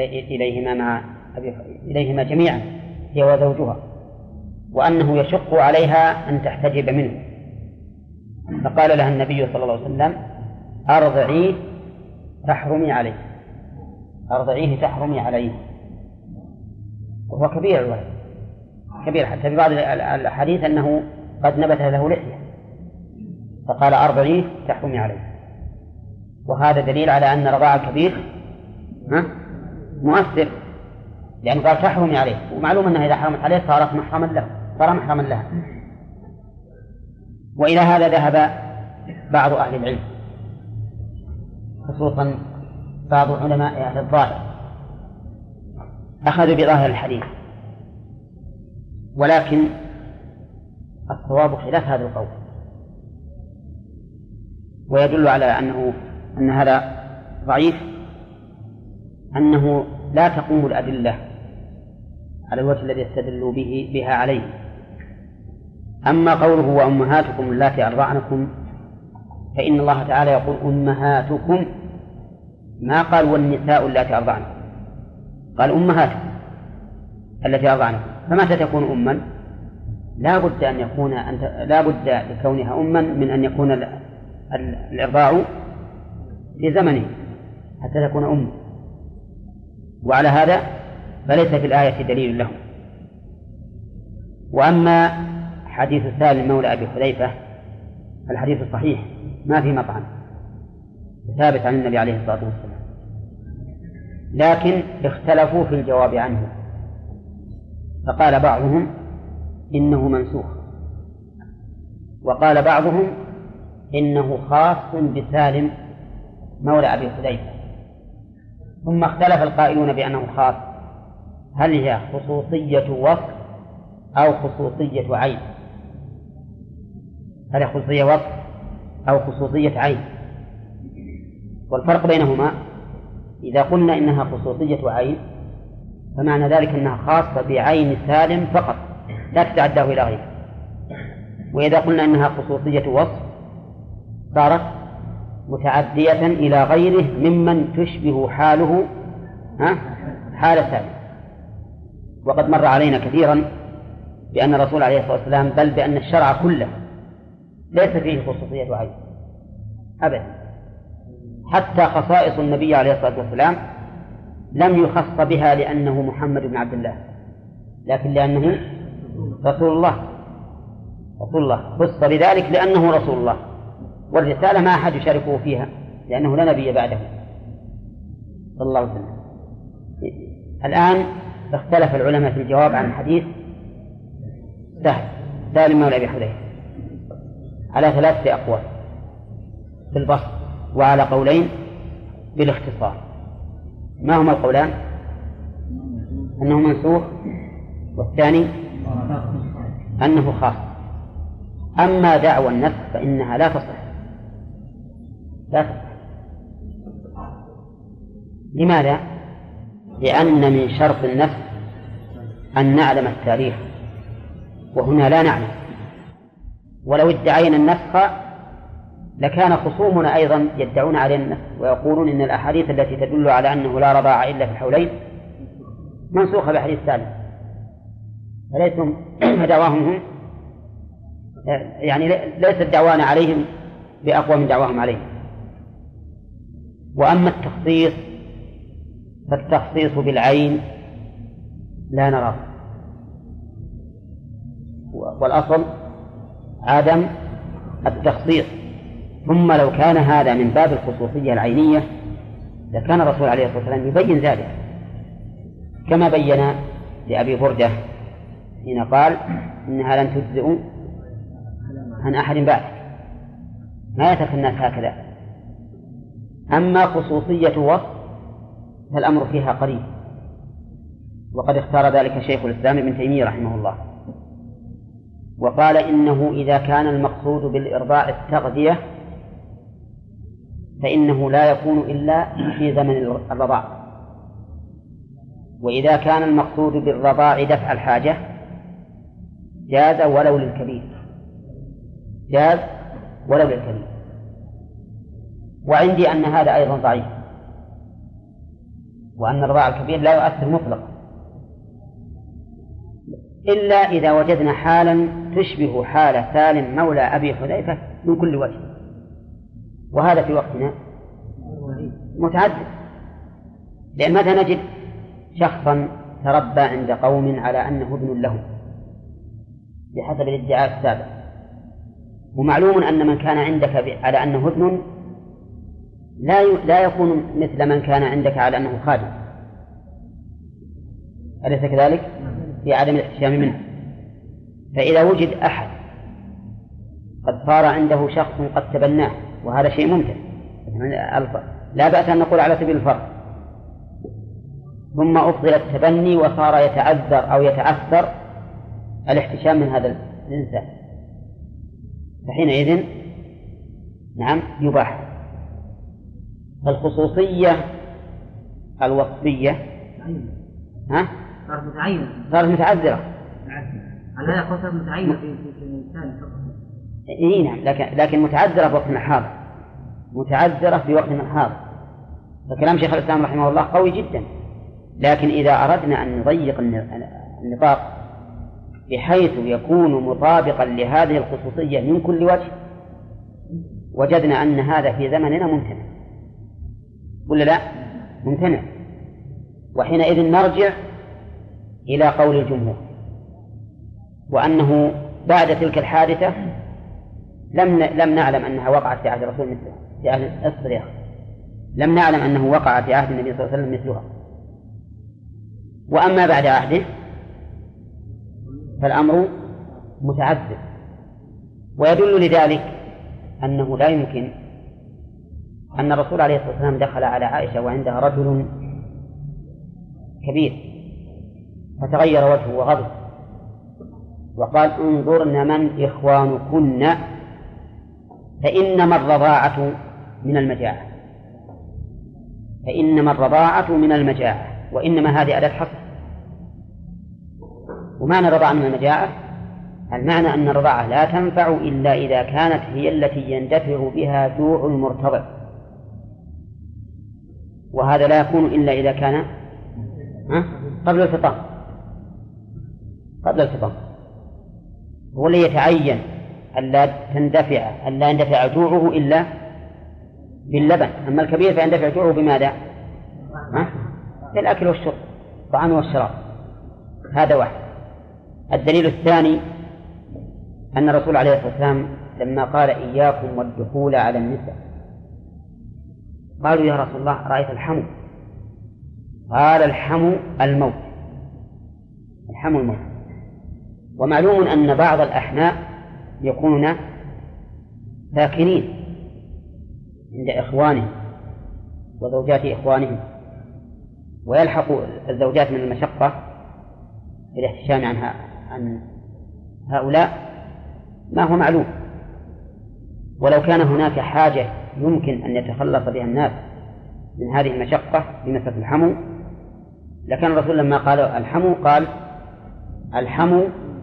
إليهما جميعا هي وزوجها، وأنه يشق عليها أن تحتجب منه. فقال لها النبي صلى الله عليه وسلم أرضعيه تحرمي عليه. وهو كبير الولد، كبير، حتى في بعض الحديث أنه قد نبت له لحية، فقال أرضعيه تحرمي عليه. وهذا دليل على أن رضاع الكبير مؤثر، لأنه قال تحرمي عليه، ومعلوم أنه إذا حرمت عليه صار محرما له. وإلى هذا ذهب بعض أهل العلم، خصوصا بعض علماء أهل الظاهر أخذوا بظاهر الحديث، ولكن الصواب خلاف هذا القول، ويدل على أن هذا ضعيف، أنه لا تقوم الأدلة على الوجه الذي يستدل بها عليه. أما قوله وأمهاتكم اللاتي أرضعنكم، فإن الله تعالى يقول أمهاتكم، ما قال والنساء اللاتي أرضعنكم، قال أمهاتكم التي أرضعنكم، فمتى تكون أما؟ لا بد لكونها أما من أن يكون الإرضاع في زمنه حتى تكون أم، وعلى هذا فليس في الآية دليل له. وأما حديث سالم مولى أبي حذيفة الحديث الصحيح ما في مطعن، ثابت عن النبي عليه الصلاة والسلام، لكن اختلفوا في الجواب عنه، فقال بعضهم إنه منسوخ، وقال بعضهم إنه خاص بسالم مولى أبي حذيفة، ثم اختلف القائلون بأنه خاص، هل هي خصوصية وصف أو خصوصية عين؟ هل هي خصوصية وصف أو خصوصية عين؟ والفرق بينهما إذا قلنا إنها خصوصية عين فمعنى ذلك أنها خاصة بعين سالم فقط لا تتعداه إلى غيره، وإذا قلنا إنها خصوصية وصف صارت متعدية إلى غيره ممن تشبه حاله حال سالم. وقد مر علينا كثيرا بأن الرسول عليه الصلاة والسلام بل بأن الشرع كله ليس فيه خصوصية عين أبدا، حتى خصائص النبي عليه الصلاة والسلام لم يخص بها لأنه محمد بن عبد الله، لكن لأنه رسول الله خص بذلك لأنه رسول الله، والرسالة ما أحد يشاركه فيها لأنه لا نبي بعده صلى الله عليه وسلم. الآن اختلف العلماء في الجواب عن حديث سالم مولى أبي حذيفة على 3 أقوال في البسط، وعلى قولين بالاختصار. ما هما القولان؟ أنه منسوخ، والثاني أنه خاص. أما دعوى النسخ فإنها لا تصح. لماذا؟ لأن من شرط النسخ أن نعلم التاريخ، وهنا لا نعلم، ولو ادعينا النسخ لكان خصومنا أيضا يدعون علينا النسخ ويقولون إن الأحاديث التي تدل على أنه لا رضاعة إلا في الحولين منسوخة بحديث سالم، فليسوا دعواهم هم يعني ليست دعوانا عليهم بأقوى من دعواهم عليهم. وأما التخصيص فالتخصيص بالعين لا نراه، والأصل عدم التخصيص. ثم لو كان هذا من باب الخصوصية العينية لكان الرسول عليه الصلاة والسلام يبين ذلك، كما بين لأبي بردة حين قال إنها لن تجزئ عن أحد بعد، ما يترك الناس هكذا. أما خصوصية وصف فالأمر فيها قريب، وقد اختار ذلك شيخ الإسلام ابن تيمية رحمه الله، وقال إنه إذا كان المقصود بالإرضاع التغذية فإنه لا يكون إلا في زمن الرضاع، وإذا كان المقصود بالرضاع دفع الحاجة جاز ولو للكبير، جاز ولو للكبير. وعندي أن هذا أيضا ضعيف، وأن الرضاع الكبير لا يؤثر مطلقا إلا إذا وجدنا حالا تشبه حال سالم مولى أبي حذيفة من كل وجه، وهذا في وقتنا متعدد. لأن متى نجد شخصا تربى عند قوم على أنه ابن له بحسب الادعاء السابق، ومعلوم أن من كان عندك على أنه ابن لا يكون مثل من كان عندك على أنه خادم، أليس كذلك؟ في عدم الاحتشام منه. فإذا وجد أحد قد صار عنده شخص قد تبناه، وهذا شيء ممتع، لا بأس أن نقول على سبيل الفرض. ثم أفضل التبني وصار يتعذر أو يتعثر الاحتشام من هذا الإنسان، فحينئذ نعم يباح. الخصوصية الوصفية صارت متعذرة. على هذا خصوصا متعينة في الإنسان فقط. إيه نعم، لكن متعذرة في وقت الحاضر، متعذرة في وقت الحاضر. فكلام شيخ الإسلام رحمه الله قوي جدا. لكن إذا أردنا أن نضيق النطاق بحيث يكون مطابقا لهذه الخصوصية من كل وجه، وجدنا أن هذا في زمننا ممتنع، ولا لا؟ ممتنع. وحينئذ نرجع إلى قول الجمهور، وأنه بعد تلك الحادثة لم نعلم أنها وقعت في عهد الرسول مثلها، في عهد الصديق لم نعلم أنه وقع في عهد النبي صلى الله عليه وسلم مثلها. وأما بعد عهده فالأمر متعذر. ويدل لذلك أنه لا يمكن أن الرسول عليه الصلاة والسلام دخل على عائشة وعندها رجل كبير فتغير وجهه وغضب وقال انظرن من إخوانكن فإنما الرضاعة من المجاعة، فإنما الرضاعة من المجاعة، وإنما هذه أداة حصر. ومعنى الرضاعة من المجاعة المعنى أن الرضاعة لا تنفع إلا إذا كانت هي التي يندفع بها جوع المرتضع، وهذا لا يكون إلا إذا كان قبل الفطام. قبل الفطام هو اللي يتعين ألا يندفع جوعه إلا باللبن. أما الكبير فيندفع جوعه بماذا؟ بالأكل والشرب، الطعام والشراب. هذا واحد. الدليل الثاني أن الرسول عليه الصلاة والسلام لما قال إياكم والدخول على النساء قالوا يا رسول الله رأيت الحمو، قال الحمو الموت، الحمو الموت. ومعلوم أن بعض الأحماء يكونون ساكنين عند إخوانهم وزوجات إخوانهم، ويلحق الزوجات من المشقة بالاحتشام عن هؤلاء ما هو معلوم. ولو كان هناك حاجة يمكن أن يتخلص بها الناس من هذه المشقة بمسألة الحمو لكان الرسول لما قال الحمو قال الحمو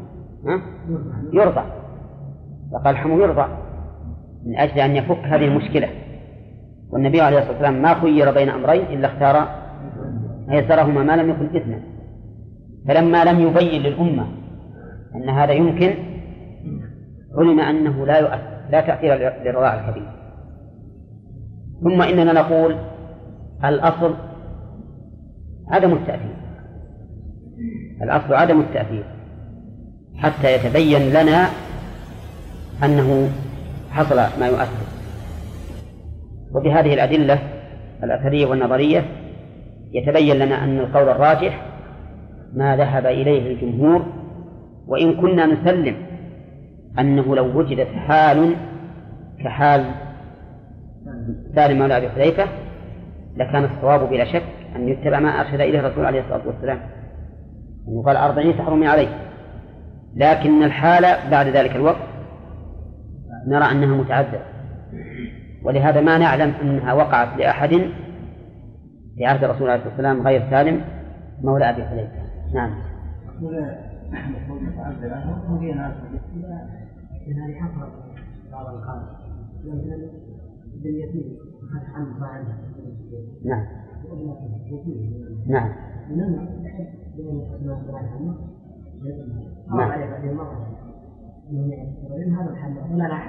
يرضى، فقال الحمو يرضى من أجل أن يفك هذه المشكلة. والنبي عليه الصلاة والسلام ما خير بين أمرين إلا اختار أيسرهما ما لم يكن إثما، فلما لم يبين للأمة أن هذا يمكن علم أنه لا تأثير للرضاع الكبير. ثم إننا نقول الأصل عدم التأثير، الأصل عدم التأثير حتى يتبين لنا أنه حصل ما يؤثر. وبهذه الأدلة الأثرية والنظرية يتبين لنا أن القول الراجح ما ذهب إليه الجمهور، وإن كنا نسلم أنه لو وجدت حال كحال سالم مولى أبي حذيفة لكان الصواب بلا شك أن يتبع ما أرشد إليه الرسول عليه الصلاة والسلام، أنه قال 40 تحرمي عليه. لكن الحالة بعد ذلك الوقت نرى أنها متعذرة، ولهذا ما نعلم أنها وقعت لأحد في عهد الرسول عليه الصلاة والسلام غير سالم مولى أبي حذيفة. نعم. هذه حصلت بعض القادة باليتيم فتح عن بعضها. نعم. نعم. نعم. هذا الحل ولا لا أحد.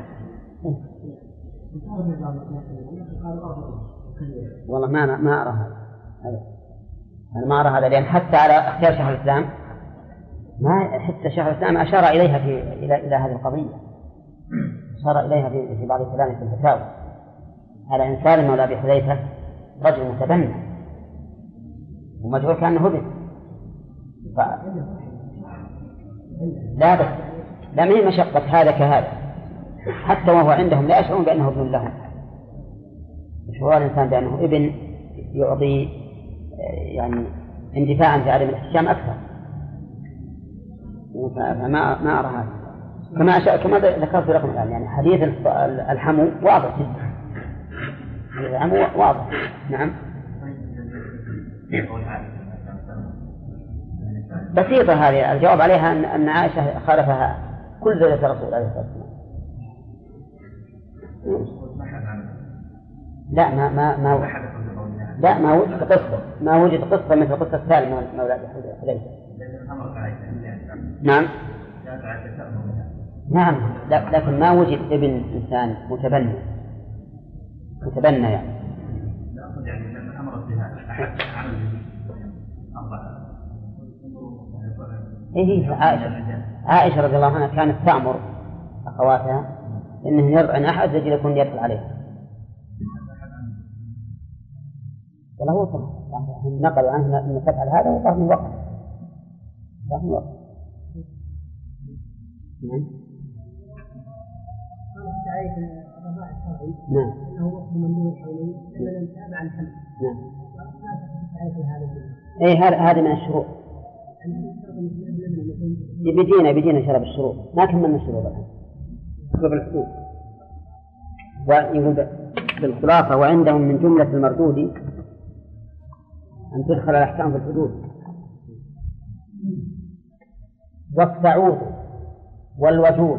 والله ما أرى هذا. أنا ما أرى هذا، لأن حتى على اختيار شيخ الإسلام ما حتى شيخ الإسلام أشار إليها إلى هذه القضية، أشار إليها في بعض كلامه في الفتاوى على إن سالم مولى أبي حذيفة رجل متبنى ومجهول كأنه ابن، لا بس لا من مشقة هذا كهذا، حتى وهو عندهم لا يشعرون بأنه ابن لهم، شعور الإنسان بأنه ابن يعطي يعني اندفاعا في عدم الاحتشام أكثر، فما أرى هذا كما ذكرت لكم الآن. يعني حديث الحمو واضح جدا، الحمو واضح. نعم بسيطة هذه. الجواب عليها أن عائشة خالفها كل ذلك الرسول عليه الصلاة والسلام. لا ما وجد قصة مثل قصة سالم مولى حذيفة. نعم لكن ما وجد ابن إنسان متبنى يعني. إيه عائشة رضي الله عنها كانت تأمر أخواتها إنه يرعن أحد يجي يكون يدخل عليه. ولا هو نقل عنه أن تفعل هذا وطاف من وقت. نعم. نعم. أنه وقت ممنوع حولي لمن تابع الحمل. نعم. إيه هذا من الشروط. بدينا شرب الشروط ما كملنا الشروط الآن. شرب الحدود. ويقول بالخلاصة وعندهم من جملة المردود أن تدخل الأحكام في الحدود. والسعود والوجود.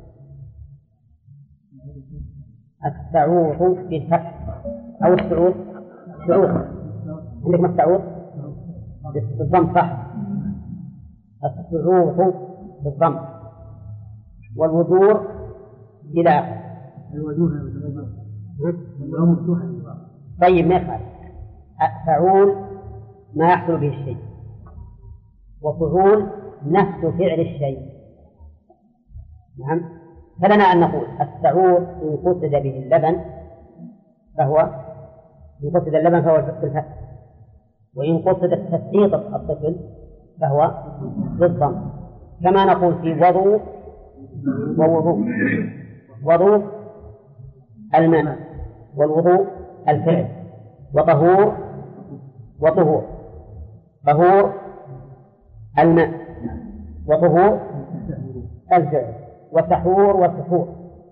السعود بالفتح أو السعود عندك ما السعود بالضم صح. السعود بالضم والوجور بلا طيب ما يفعل فعول ما يحصل به الشيء، وفعول نفس فعل الشيء. نعم. فلنا أن نقول السعود إن قصد به اللبن فهو بالفتح، وإن قصد تسقيط الطفل فهو بالضم. كما نقول في وضوء ووضوء. وضوء الماء والوضوء الفعل، وطهور وطهور. طهور الماء وطهور الفعل، وسحور وسحور.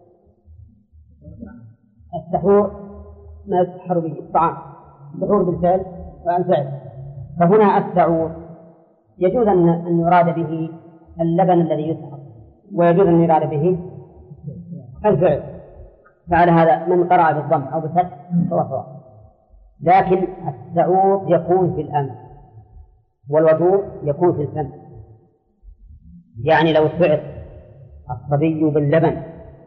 السحور ما يسحر به الطعام، سحور بالفعل والفعل. فهنا السعور يجوز أن يراد به اللبن الذي يسحر، ويجوز أن يراد به الفعل. فعلى هذا من قرأ بالضم أو بالفتح فهو صواب. لكن السعور يكون في الأنف والوجور يكون في الفم. يعني لو سعر الصبي باللبن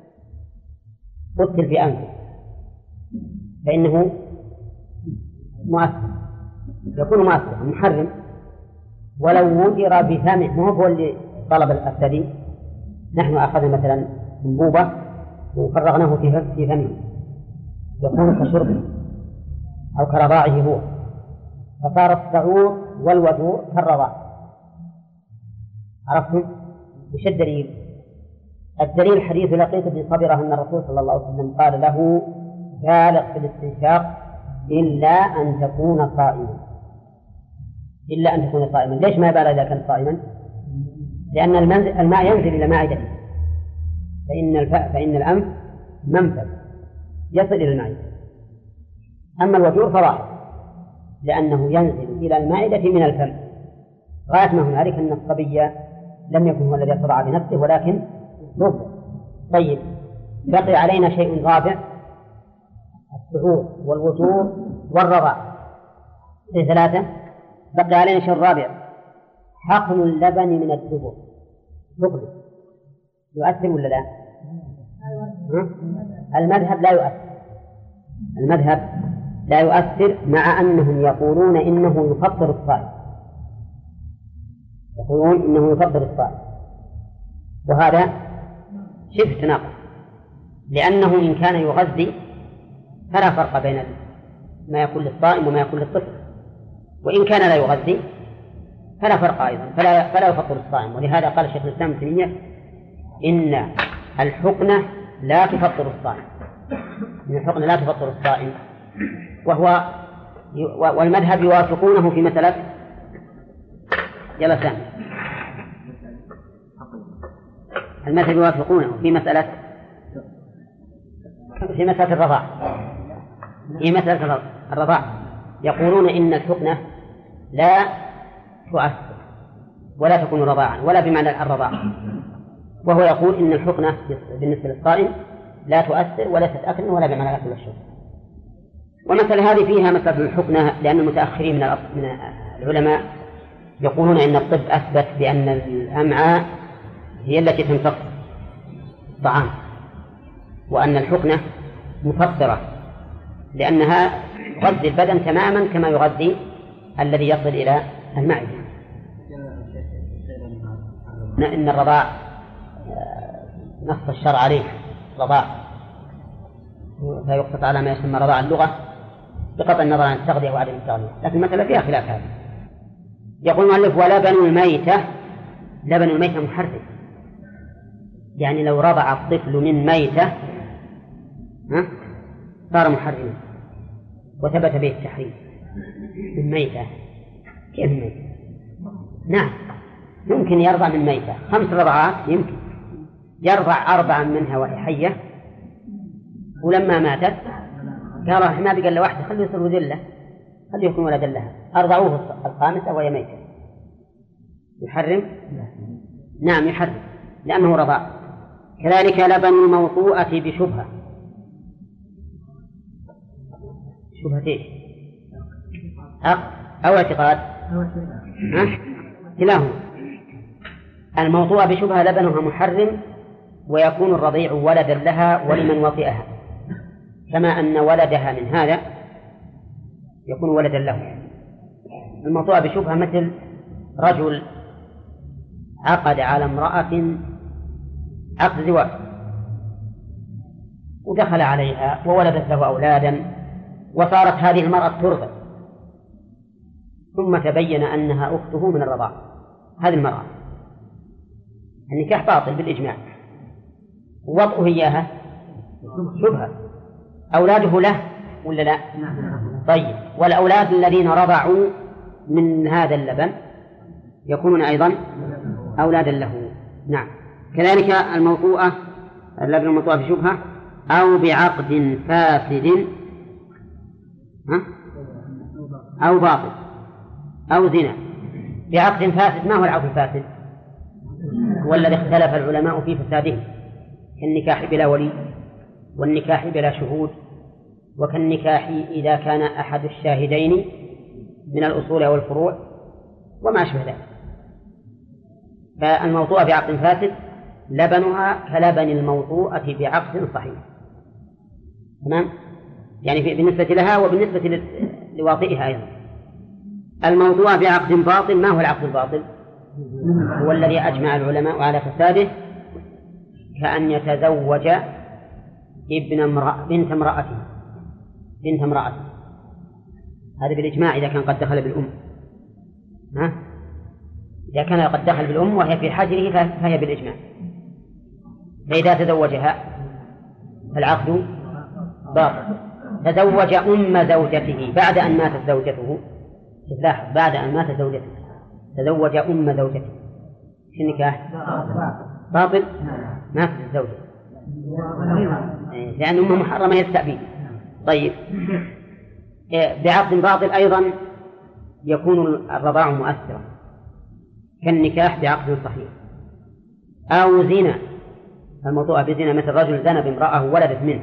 قتل في أنفه فإنه مؤثر، يكون مؤثر محرم. ولو وجر بفمه ما هو اللي طلب الثدي، نحن أخذنا مثلا أنبوبة وفرغناه في فمه يكون كشربه أو كرضاعه هو، فصار السعور والوجور كالرضاع. عرفتم؟ وش الدليل؟ الدليل حديث لقيط بن صبرة أن الرسول صلى الله عليه وسلم قال له بالغ في الاستنشاق إلا أن تكون صائما. إلا أن تكون صائما. ليش ما بالغ إذا كان صائما؟ لأن الماء ينزل إلى معدته، فإن الأنف منفذ يصل إلى المعدة. أما الوجور فواحد لأنه ينزل إلى المعدة من الفم. غاية ما هنالك أن الصبي لم يكن هو الذي صرع بنفسه ولكن ربه. طيب بقي علينا شيء رابع، السعور والوجور والرضاع. ثلاثة. بقي علينا شيء رابع، حقن اللبن من الدبر. يؤثر ولا لا؟ المذهب لا يؤثر مع أنهم يقولون إنه يفطر الصائم. وهذا شبه تناقض، لأنه إن كان يغذي فلا فرق بين ما يكون للصائم وما يكون للطفل، وإن كان لا يغذي فلا فرق أيضا، فلا يفطر الصائم. ولهذا قال شيخ الإسلام ابن تيمية إن الحقنة لا تفطر الصائم. والمذهب يوافقونه في مسألة يلا سامي المذهب يوافقونه في مسألة الرضاع. في مسألة الرضاع يقولون إن الحقنة لا تؤثر ولا تكون رضاعا ولا بمعنى الرضاع، وهو يقول إن الحقنة بالنسبة للصائم لا تؤثر وليست أكلا ولا بمعنى الأكل والشرب. ومثل هذه فيها مثل الحقنة، لأن المتأخرين من العلماء يقولون إن الطب أثبت بأن الأمعاء هي التي تمتص الطعام، وأن الحقنة مفطرة لأنها تغذي البدن تماما كما يغذي الذي يصل إلى المعدة. إن الرضاع نص الشرع عليه رضاع، فيقصد على ما يسمى رضاع اللغة بقطع النظر عن التغذية وعدم التغذية، لكن المسألة فيها خلاف هذا. يقول المؤلف ولبن الميتة، لبن الميتة محرم، يعني لو رضع الطفل من ميتة صار محرما وثبت به التحريم. من ميتة كيف ميتة؟ نعم يمكن يرضع من ميتة 5 رضعات، يمكن يرضع 4 منها وهي حية، ولما ماتت قال احنا بقى له واحدة خليه يصير ذلة، خليه يكون ولدا لها، أرضعوه 5 وهي ميتة. يحرم؟ نعم يحرم لأنه رضاع. كذلك لبن الموطوءة بشبهة. شبهة ايش؟ أو اعتقاد؟ كلاهما. الموطوءة بشبهة لبنها محرم، ويكون الرضيع ولدا لها ولمن وطئها، كما أن ولدها من هذا يكون ولدا له. الموطوءة بشبهة مثل رجل عقد على امرأة عقد زواج ودخل عليها وولدت له أولادا، وصارت هذه المرأة ترضع، ثم تبين أنها أخته من الرضاع. هذه المرأة النكاح باطل بالإجماع، ووضعه إياها شبهة. أولاده له ولا لا؟ طيب، والأولاد الذين رضعوا من هذا اللبن يكونون أيضا أولادا له. نعم. كذلك الموطوءة، اللبن الموطوءة بشبهة أو بعقد فاسد أو باطل أو زنا. بعقد فاسد، ما هو العقد الفاسد؟ هو الذي اختلف العلماء في فساده، كالنكاح بلا ولي، والنكاح بلا شهود، وكالنكاح إذا كان أحد الشاهدين من الأصول أو الفروع وما أشبه ذلك. فالموطوءة بعقد فاسد لبنها كلبن الموطوءة بعقد صحيح. تمام؟ يعني بالنسبة لها وبالنسبة لواطئها أيضا. الموطوءة بعقد باطل، ما هو العقد الباطل؟ هو الذي أجمع العلماء على فساده، كأن يتزوج بنت امرأته، هذا بالإجماع إذا كان قد دخل بالأم. إذا كان قد دخل بالأم وهي في حجره فهي بالإجماع. فإذا تزوجها فالعقد باطل. تزوج أم زوجته بعد أن ماتت زوجته، بعد أن ماتت زوجته تزوج أم زوجته، في النكاح باطل، ماتت الزوجة لأن أمه محرمة للتأبيد. طيب، بعقد باطل أيضا يكون الرضاع مؤثرا، كالنكاح بعقد صحيح. أو زنا، الموضوع بزنا مثل رجل زنى بامرأة ولدت منه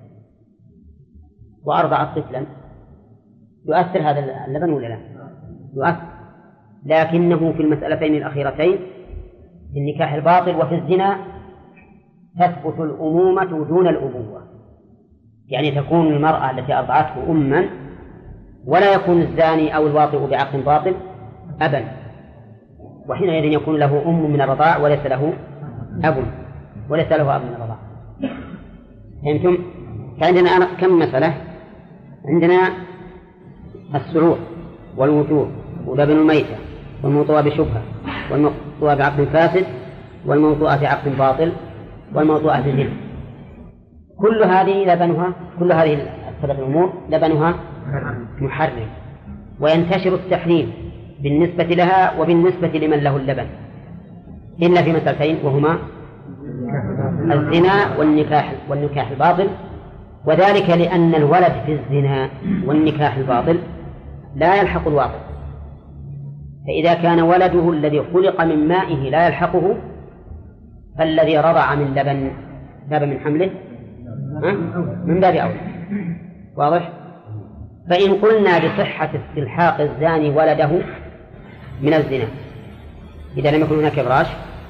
وأرضعت طفلا، يؤثر هذا اللبن ولا لا؟ يؤثر، لكنه في المسألتين الأخيرتين في النكاح الباطل وفي الزنا تثبت الأمومة دون الأبوة، يعني تكون المرأة التي أرضعته أما، ولا يكون الزاني أو الواطئ بعقد باطل أبا، وحينئذ يكون له أم من الرضاع وليس له أب من الرضاع. فهمتم؟ فعندنا كم مسألة؟ عندنا السعور والوجوه ولبن الميتة والموطوءة بشبهة والموطوءة بعقد فاسد والموطوءة بعقد باطل والموطوءة بزنا. كل هذه لبنها، كل هذه عصبة الأمور لبنها محرم، وينتشر التحريم بالنسبة لها وبالنسبة لمن له اللبن إلا في مسألتين، وهما الزنا والنكاح الباطل، وذلك لأن الولد في الزنا والنكاح الباطل لا يلحق الواقع، فإذا كان ولده الذي خلق من مائه لا يلحقه، فالذي رضع من لبن تاب من حمله من باب أولى. واضح؟ فإن قلنا بصحة استلحاق الزاني ولده من الزنا إذا لم يكن هناك إبراش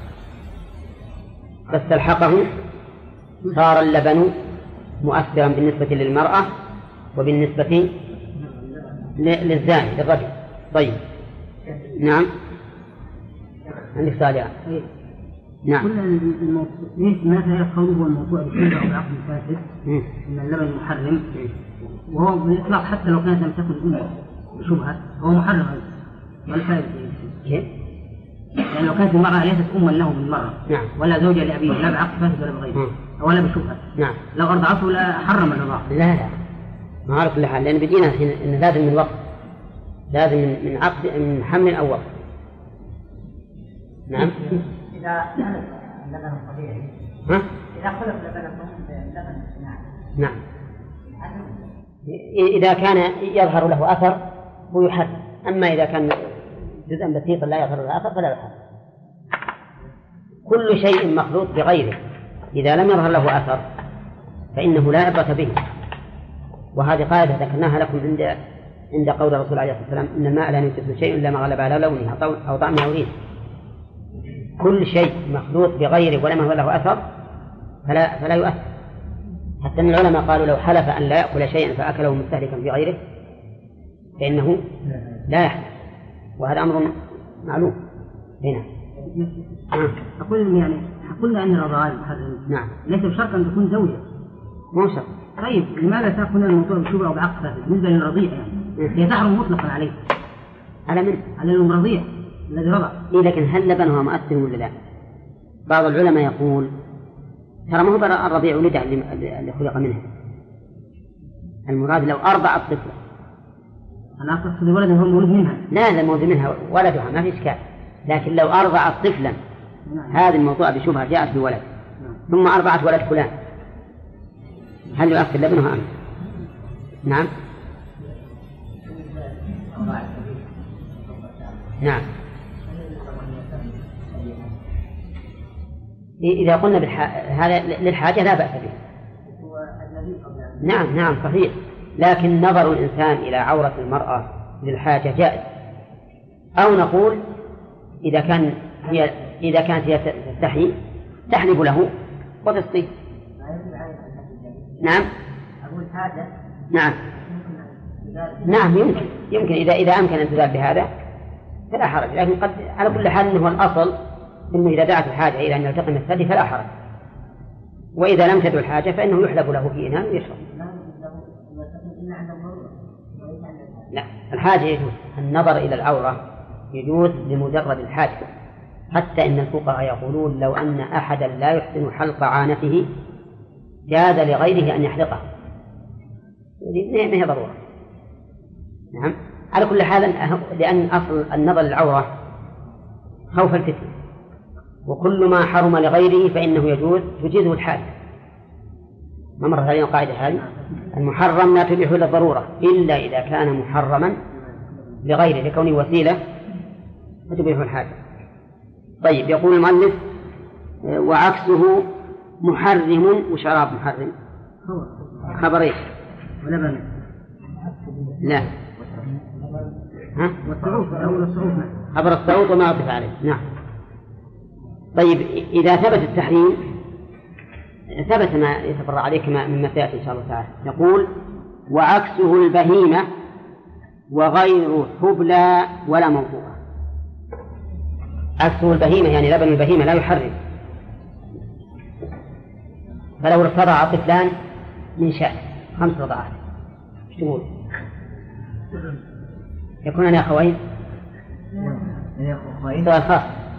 فاستلحقه، صار اللبن مؤثرا بالنسبة للمرأة وبالنسبة للزاني للرجل. طيب نعم، عندك سؤال؟ نعم. ماذا يفعله هو الموضوع بالشبهة أو العقل الفاسد من اللبن محرم، وهو بالإطلاق حتى لو كانت لم تكن أمه بشبهة هو محرم ولا فائدة فيه؟ يعني لو كانت المرأة ليست أما له بالمرة نعم. ولا زوجة لأبيه لا بعقل فاسد ولا بغيره ولا بشبهة، نعم. لو أرضعته لا حرم الرضاعة. لا ما أعرف كل حال، لأن بدينا إن لازم من وقت، لازم من عقد من حمل أو وقت. نعم. إذا كان اللبن الطبيعي إذا خلق لبن نعم. إذا كان يظهر له أثر هو يحرم، أما إذا كان جزءا بسيطا لا يظهر له أثر فلا يحرم. كل شيء مخلوط بغيره إذا لم يظهر له أثر فإنه لا عبرة به، وهذه قاعدة ذكرناها لكم عند قول الرسول عليه الصلاة والسلام إن الماء لا ينتج شيء إلا ما غلب على لونه أو طعمه أو ريحه. كل شيء مخلوط بغيره ولم يظهر له أثر فلا يؤثر. حتى أن العلماء قالوا لو حلف أن لا يأكل شيئا فأكله مستهلكا بغيره فإنه لا يحدث، وهذا أمر معلوم هنا. أقول يعني قلنا أن الرضاعة محرم، نعم، ليس بشرط أن تكون زوجة، مو شرط. طيب لماذا تأخذ الموضوع بشبهة أو بعقل فاسد بالنسبة للرضيع؟ يعني هي تحرم مطلقا عليه على من؟ على المرضيع الذي رضع. إيه لكن هل لبنها مؤثر ولا لا؟ بعض العلماء يقول ترى ما هو الرضيع ولد اللي خلق منه، المراد لو أرضعت طفلا. أنا أقصد الولد هو مولود منها. لا مولود منها ولدها ما في إشكال، لكن لو أرضعت طفلا هذا الموضوع بشبهة جاءت بولد ثم أرضعت ولد فلان هل يؤثر لبنها أم؟ نعم. نعم. إذا قلنا هذا للحاجة لا بأس به. نعم صحيح، لكن نظر الإنسان إلى عورة المرأة للحاجة جائز. أو نقول إذا كانت هي تستحي تحلب له وتسقيه. نعم. نعم يمكن إذا أمكن الامتثال بهذا فلا حرج، لكن قد على كل حال أنه الأصل إنه إذا دعت الحاجة إلى أن يلتقم الثدي فلا حرج، وإذا لم تدع الحاجة فإنه يحلب له في إناء ويشرب. لا، الحاجة يجوز، النظر إلى العورة يجوز لمجرد الحاجة، حتى إن الفقهاء يقولون لو أن أحدا لا يحسن حلق عانته جاز لغيره أن يحلقه، ما هي ضرورة. نعم. على كل حال لأن أصل النظر للعورة خوف الفتنة، وكل ما حرم لغيره فإنه يجوز تجيزه الحاجة. ما مرت علينا قاعدة هذه، المحرم لا تبيح إلا الضرورة إلا إذا كان محرما لغيره لكونه وسيلة فتبيح الحاجة. طيب يقول المؤلف وعكسه محرم وشراب محرم خبر إيش؟ لا خبر الصوت وما عطف عليه. نعم. طيب إذا ثبت التحريم ثبت ما يتفرع عليه كما مما سيأتي إن شاء الله تعالى. يقول وعكسه البهيمة وغير حبلى ولا موضوع. عكسه البهيمة يعني لبن البهيمة لا يحرم، فلو ارتضع طفلان من شاء 5 رضعات ايش تقول؟ يكونان أخوين؟ سؤال خاص.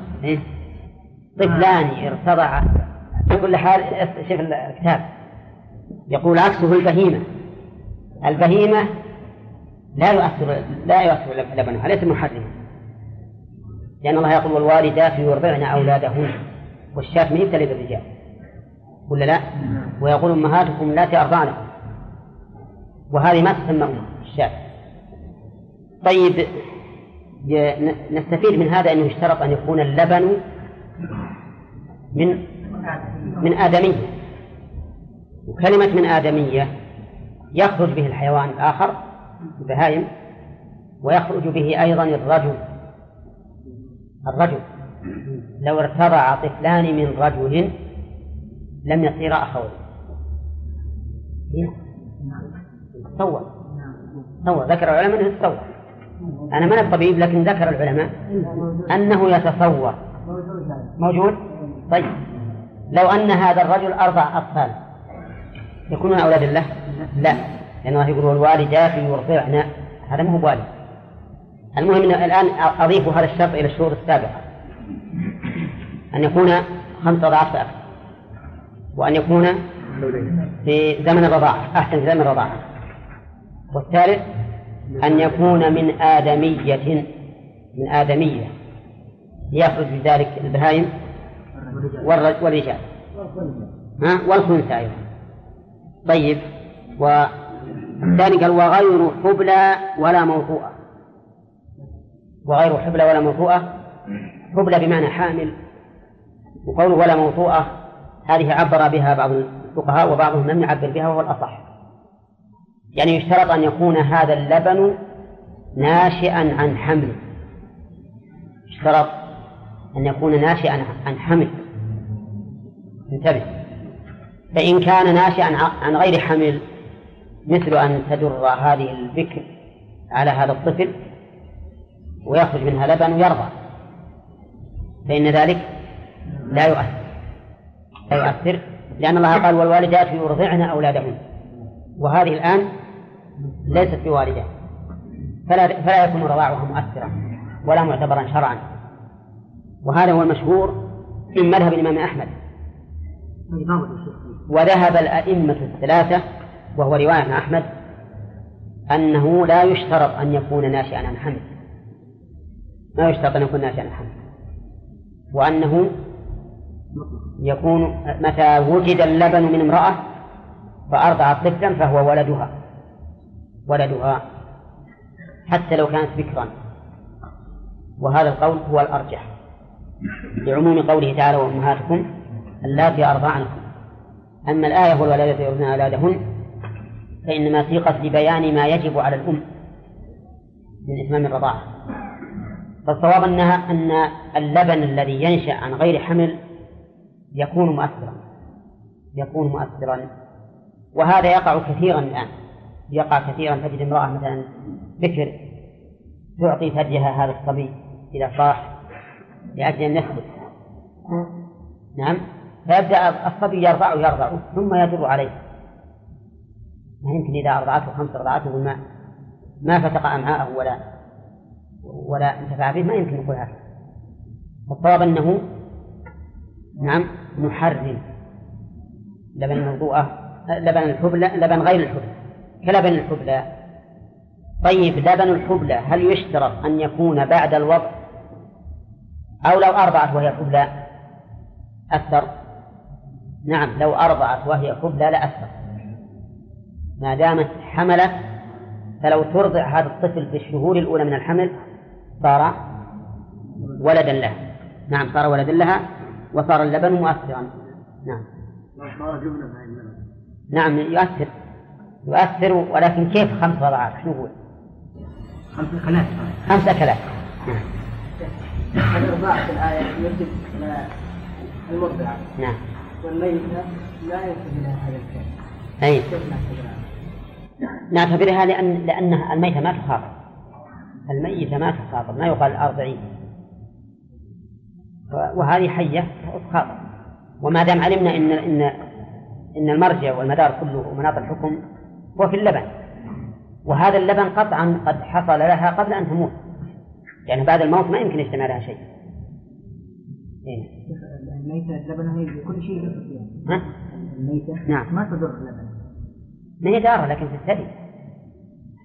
طفلان ارتضع في كل حال. شوف الكتاب يقول عكسه البهيمة البهيمة لا يؤثر لبنها، ليس محرما، لأن الله يقول والوالدات يرضعن أولادهن، والشاة من يبتلي بالرجال ولا لا؟ ويقول أمهاتكم لا أرضعنكم، وهذه ما تسمى الشاة. طيب نستفيد من هذا أنه يشترط أن يكون اللبن من آدمية، وكلمة من آدمية يخرج به الحيوان الآخر البهائم، ويخرج به أيضا الرجل لو ارتضع طفلان من رجل لم يصيرا أخوين. تصور ذكر العلماء أنه يتصور، أنا من الطبيب لكن ذكر العلماء أنه يتصور موجود. طيب لو أن هذا الرجل 4 أطفال يكونون أولاد الله؟ لا، لأن الله يقول والوالدات يرضعن، هذا ما هو والد. المهم أن الآن أضيف هذا الشرط إلى الشروط السابقة، أن يكون 5 أضعاف فأكثر، وأن يكون في زمن الرضاعة أحسن في زمن الرضاعة، والثالث أن يكون من آدمية يخرج بذلك البهائم والرجال والخنثى أيضا. طيب والثاني قال وغير حبلى ولا موطوءة. وغير حبلى ولا موطوءة، حبلى بمعنى حامل، وقوله ولا موطوءة هذه عبر بها بعض الفقهاء وبعضهم لم يعبر بها وهو الأصح. يعني يشترط أن يكون هذا اللبن ناشئا عن حمل، يشترط أن يكون ناشئا عن حمل، انتبه. فإن كان ناشئا عن غير حمل مثل أن تدر هذه البكر على هذا الطفل ويخرج منها لبن ويرضع، فإن ذلك لا يؤثر، لأن الله قال والوالدات يرضعن أولادهن، وهذه الآن ليست بوالدة، فلا يكون رضاعها مؤثرا ولا معتبرا شرعا. وهذا هو المشهور من مذهب الإمام أحمد، وذهب الأئمة الثلاثة وهو رواية عن أحمد أنه لا يشترط أن يكون ناشئا عن حمل، ما يشترط أن يكون ناشئا عن حمل، وأنه يكون متى وجد اللبن من امرأة فأرضعت طفلا فهو ولدها حتى لو كانت بكرا، وهذا القول هو الأرجح لعموم قوله تعالى وأمهاتكم اللاتي أرضعنكم. أما الآية والوالدات يرضعن أولادهن فإنما سيقت لبيان ما يجب على الأم من إتمام الرضاعة، فالصواب أنها أن اللبن الذي ينشأ عن غير حمل يكون مؤثرا، وهذا يقع كثيرا الآن، تجد امرأة مثلا بكر تعطي ثديها هذا الصبي إذا صاح لأجل أن يثبت، نعم، فيبدأ الصبي يرضعه ثم يدر عليه، ما يمكن إذا أرضعته 5 رضعات بالماء ما فتق أمعاءه ولا انتفع به، ما يمكن يقول هذا. فالصواب أنه نعم محرم لبن الموضوعة، لبن غير الحبلى كلبن الحبلى. طيب لبن الحبلى هل يشترط أن يكون بعد الوضع أو لو أرضعت وهي حبلى أثر؟ نعم، لو أرضعت وهي حبلى لا أثر، ما دامت حملت، فلو ترضع هذا الطفل في الشهور الأولى من الحمل صار ولدا لها، نعم صار ولدا لها وصار اللبن مؤثرا. نعم يؤثر، ولكن كيف 5 رضعات؟ شو هو 5 أكلات؟ الرضاعة في الآية يجب المرضعة، نعم، والميتة لا يجب لها هذا الكلام. أي نعتبرها لأنها الميتة ما تخاطب، الميتة ما تخاطب، ما يقال أرضعين، وهذه حية تخاطب. وما دام علمنا إن المرجع والمدار كله ومناط الحكم هو في اللبن، وهذا اللبن قطعا قد حصل لها قبل أن تموت، يعني بعد الموت ما يمكن يجتمع لها شيء. الميتة لبنها هي كل شيء يدخل فيها. الميتة نعم ما تضر اللبن، ما هي دارة، لكن في الثدي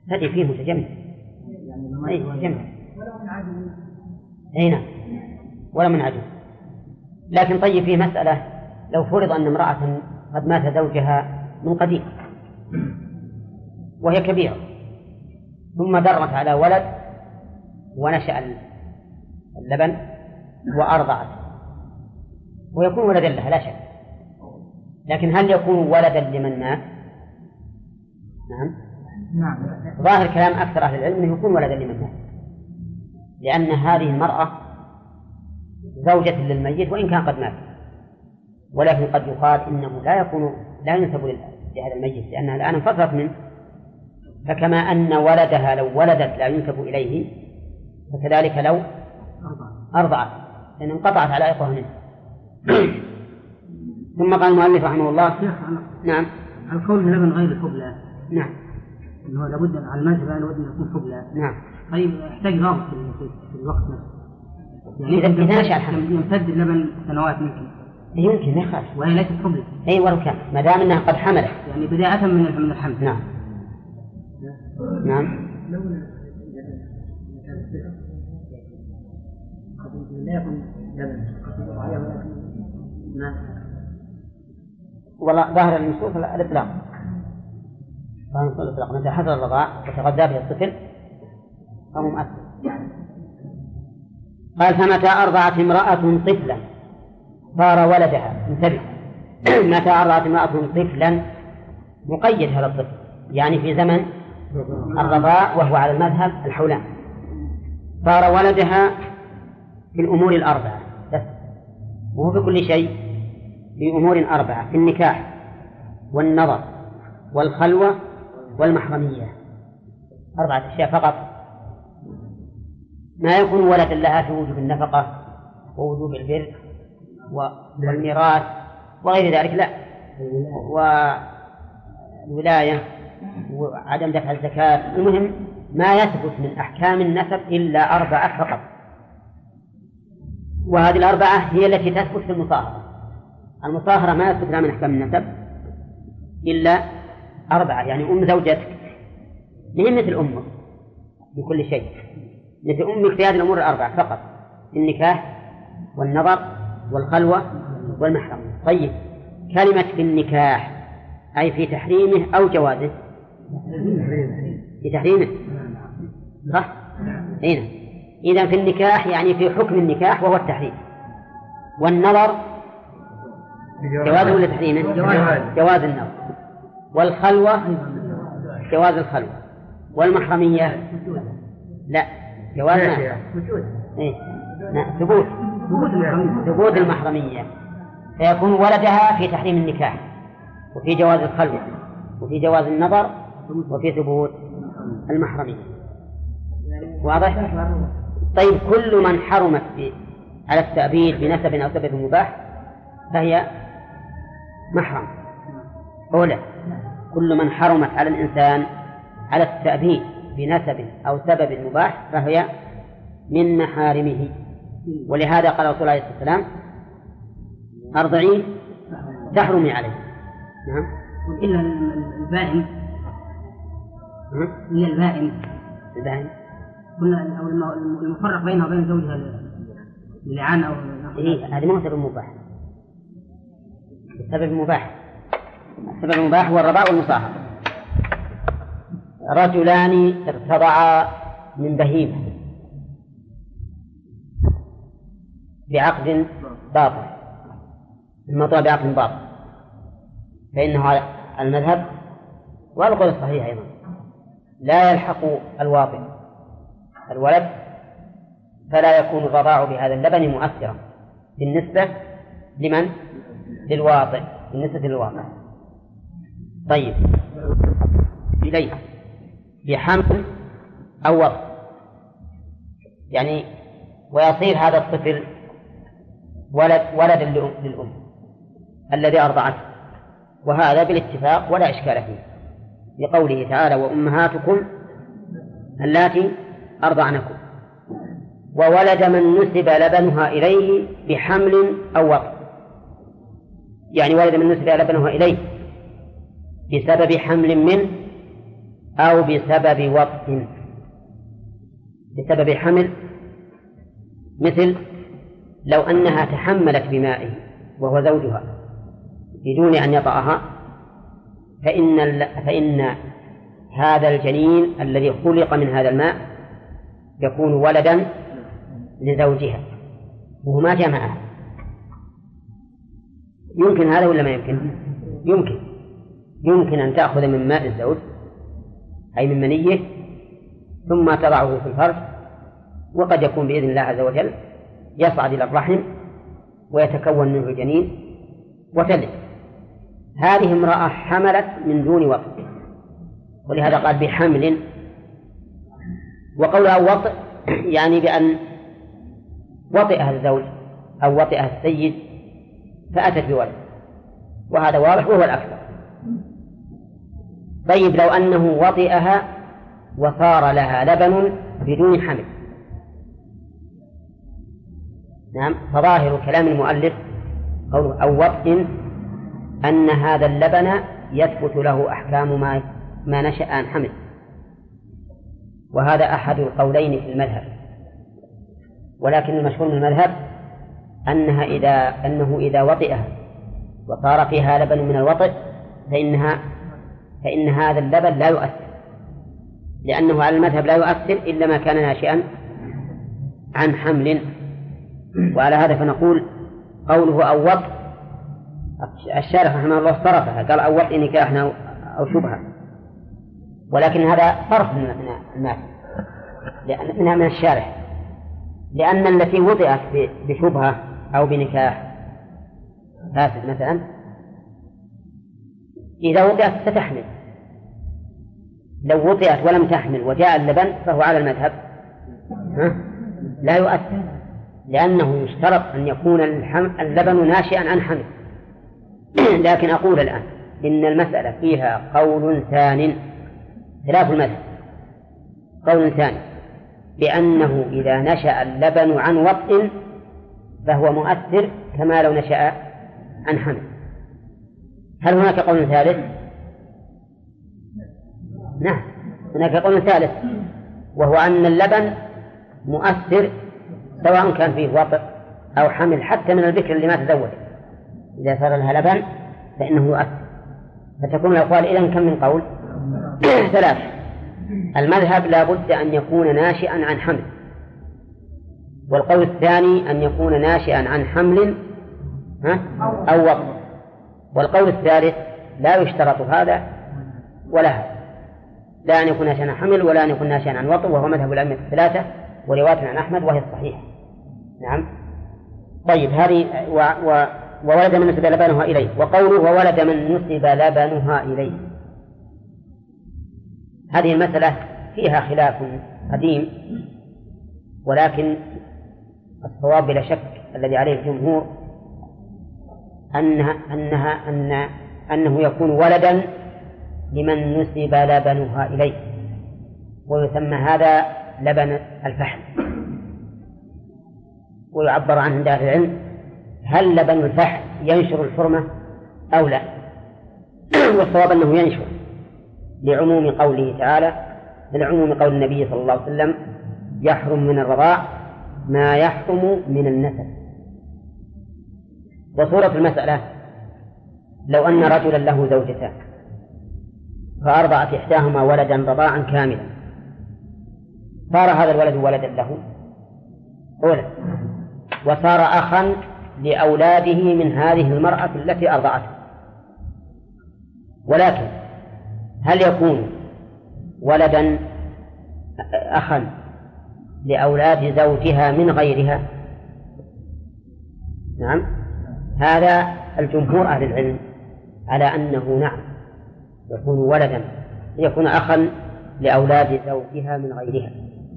هذه فيه متجمع. أي متجمع. أي نعم، ولا من عجوز. لكن طيب فيه مسألة، لو فرض أن امرأة قد مات زوجها من قديم وهي كبيرة ثم درت على ولد ونشأ اللبن وأرضعت ويكون ولدا لها لا شك، لكن هل يكون ولدا لمن مات؟ نعم. ظاهر كلام أكثر أهل العلم أنه يكون ولدا لمن مات، لأن هذه المرأة زوجة للميت وإن كان قد مات، ولكن قد يقال إنه لا ينسب لهذا الميت لأنها الآن انفصلت منه، فكما أن ولدها لو ولدت لا ينسب إليه فكذلك لو أرضعت لأن انقطعت علائقها منه. ثم قال المؤلف رحمه الله نعم القول لبن غير الحبلى. نعم، إنه لابد على المذهب لابد أن يكون حبلى. نعم. طيب يحتاج ضابط في الوقت نفسه، يعني إذا نشأ الحمل يمتد اللبن سنوات يمكن ما يخالف وهي ليست حبلى. أي ولو كان ما دام أنها قد حملت يعني بداية من الحمل. نعم. نعم. والله ظاهر النصوص الإطلاق، متى حصل الرضاع وتغذى به الطفل فهو مؤثر. قال فمتى أرضعت امرأة طفلا صار ولدها، انتبه، متى أرضعت امرأة طفلا مقيد هذا الطفل، يعني في زمن الرضاع وهو على المذهب الحولان، صار ولدها في الأمور الأربعة بس، وهو في كل شيء في أمور أربعة: في النكاح والنظر والخلوة والمحرمية، 4 أشياء فقط. ما يكون ولدا لها في وجوب النفقة ووجوب البر والميراث وغير ذلك، لا، والولاية وعدم دفع الزكاة. المهم ما يثبت من أحكام النسب إلا 4 فقط، وهذه 4 هي التي تثبت في المصاهرة. المصاهرة ما يثبت لها من أحكام النسب إلا 4، يعني أم زوجتك هي مثل أمك في كل شيء، مثل أمك في هذه الأمور 4 فقط: النكاح والنظر والخلوة والمحرم. طيب، كلمة في النكاح أي في تحريمه أو جوازه؟ في تحريمه، صح؟ هنا إذن في النكاح يعني في حكم النكاح وهو التحريم. والنظر جوازه ولا تحريمه؟ جواز النظر. والخلوة جواز الخلوة. والمحرمية لا، جواز ثبوت المحرمية، فيكون ولدها في تحريم النكاح وفي جواز الخلوة وفي جواز النظر وفي ثبوت المحرمية. واضح؟ طيب، كل من حرمت على التأبيد بنسب أو سبب مباح فهي محرم. أولا، كل من حرمت على الإنسان على التأبيد بنسب أو سبب مباح فهي من محارمه. ولهذا قال رسول الله عليه الصلاة والسلام: أرضعيه تحرمي عليه. نعم. إلا البائن، إلا البائن أو المفرق بينها وبين زوجها اللعان أو هذه ما هو سبب مباح. السبب مباح، السبب المباح هو الرضاع والمصاهرة. رجلان ارتضعا من بهيمة بعقد باطل، المطلب بعقد باطل، فإنه على المذهب والقول الصحيح أيضا لا يلحق الواطن الولد، فلا يكون الرضاع بهذا اللبن مؤثرا بالنسبة لمن؟ للواطن، بالنسبة للواطن. طيب، إليه بحمل أو وضع، يعني ويصير هذا الطفل ولدا للأم الذي أرضعته، وهذا بالاتفاق ولا إشكال فيه، لقوله تعالى: وأمهاتكم اللاتي أرضعنكم. وولد من نسب لبنها إليه بحمل أو وضع، يعني ولد من نسب لبنها إليه بسبب حمل منه أو بسبب وطء، بسبب حمل، مثل لو أنها تحملت بمائه وهو زوجها بدون أن يطأها فإن هذا الجنين الذي خلق من هذا الماء يكون ولدا لزوجها وهو ما جمعها. يمكن هذا ولا ما يمكن؟ يمكن أن تأخذ من ماء الزوج أي من منيه ثم تضعه في الفرج، وقد يكون بإذن الله عز وجل يصعد إلى الرحم ويتكون منه الجنين وتلد. هذه امرأة حملت من دون وطء، ولهذا قال بحمل. وقولها وطء يعني بأن وطئها الزوج أو وطئها السيد فأتت بولد، وهذا واضح وهو الأكثر. طيب لو أنه وطئها وصار لها لبن بدون حمل، نعم، فظاهر كلام المؤلف قوله أو وطئ أن هذا اللبن يثبت له أحكام ما نشأ عن حمل، وهذا أحد القولين في المذهب. ولكن المشهور من المذهب أنه إذا وطئها وصار فيها لبن من الوطئ فإن هذا اللبن لا يؤثر، لأنه على المذهب لا يؤثر إلا ما كان ناشئا عن حمل. وعلى هذا فنقول قوله أو وطئ، الشارح رحمه الله صرفها قال أو وطئ نكاح أو شبهة، ولكن هذا صرف من الناس منها من الشارح، لأن التي وطئت بشبهة أو بنكاح فاسد مثلا إذا وطئت ستحمل، لو وطئت ولم تحمل وجاء اللبن فهو على المذهب لا يؤثر، لأنه يشترط أن يكون اللبن ناشئا عن حمل. لكن أقول الآن إن المسألة فيها قول ثاني خلاف المذهب، قول ثاني بأنه إذا نشأ اللبن عن وطء فهو مؤثر كما لو نشأ عن حمل. هل هناك قول ثالث؟ نعم، هناك قول ثالث، وهو أن اللبن مؤثر سواء كان فيه وطء أو حمل، حتى من البكر اللي ما تزوج إذا صار لها لبن فإنه يؤثر. فتكون الأقوال إذن كم من قول؟ ثلاث. المذهب لا بد أن يكون ناشئا عن حمل، والقول الثاني أن يكون ناشئا عن حمل أو وطء، والقول الثالث لا يشترط هذا ولا هذا، لا أن يكون ناشئا عن حمل ولا أن يكون ناشئا عن وطء، وهو مذهب الأئمة الثلاثة ورواية عن أحمد وهي الصحيحة. نعم. طيب هذه وولد من نسب لبنها إليه. وقوله وولد من نسب لبنها إليه، هذه المسألة فيها خلاف قديم، ولكن الصواب بلا شك الذي عليه الجمهور أنه يكون ولدا لمن نسب لبنها إليه، ويسمى هذا لبن الفحل، ويعبر عنه عند أهل العلم هل لبن الفحل ينشر الحرمة أو لا؟ والصواب أنه ينشر لعموم قوله تعالى، لعموم قول النبي صلى الله عليه وسلم يحرم من الرضاع ما يحرم من النسب. وصورة المسألة لو أن رجلا له زوجتان فأرضعت إحداهما ولدا رضاعا كاملا، صار هذا الولد ولدا له أولا، وصار أخا لأولاده من هذه المرأة التي أرضعته. ولكن هل يكون ولدا أخا لأولاد زوجها من غيرها؟ نعم، هذا الجمهور أهل العلم على أنه نعم يكون ولدا، يكون أخا لأولاد زوجها من غيرها،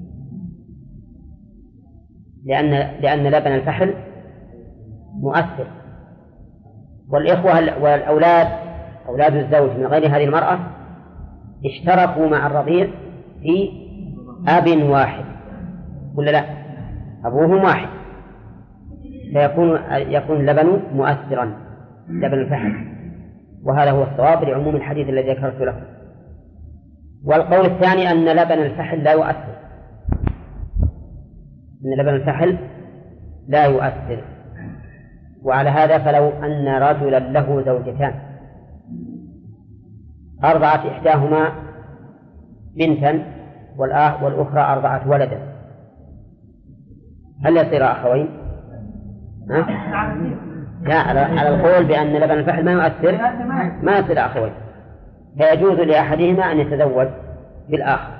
لأن لبن الفحل مؤثر، والإخوة والأولاد أولاد الزوج من غير هذه المرأة اشتركوا مع الرضيع في أب واحد ولا لا؟ أبوهم واحد، فيكون اللبن مؤثرا لبن الفحل، وهذا هو الصواب لعموم الحديث الذي ذكرت له. والقول الثاني أن لبن الفحل لا يؤثر، أن لبن الفحل لا يؤثر. وعلى هذا فلو أن رجلا له زوجتان أرضعت إحداهما بنتا والأخرى أرضعت ولدا، هل يصير أخوين؟ لا، على القول بأن لبن الفحل ما يؤثر ما يصير أخوين، فيجوز لأحدهما أن يتزوج بالآخر،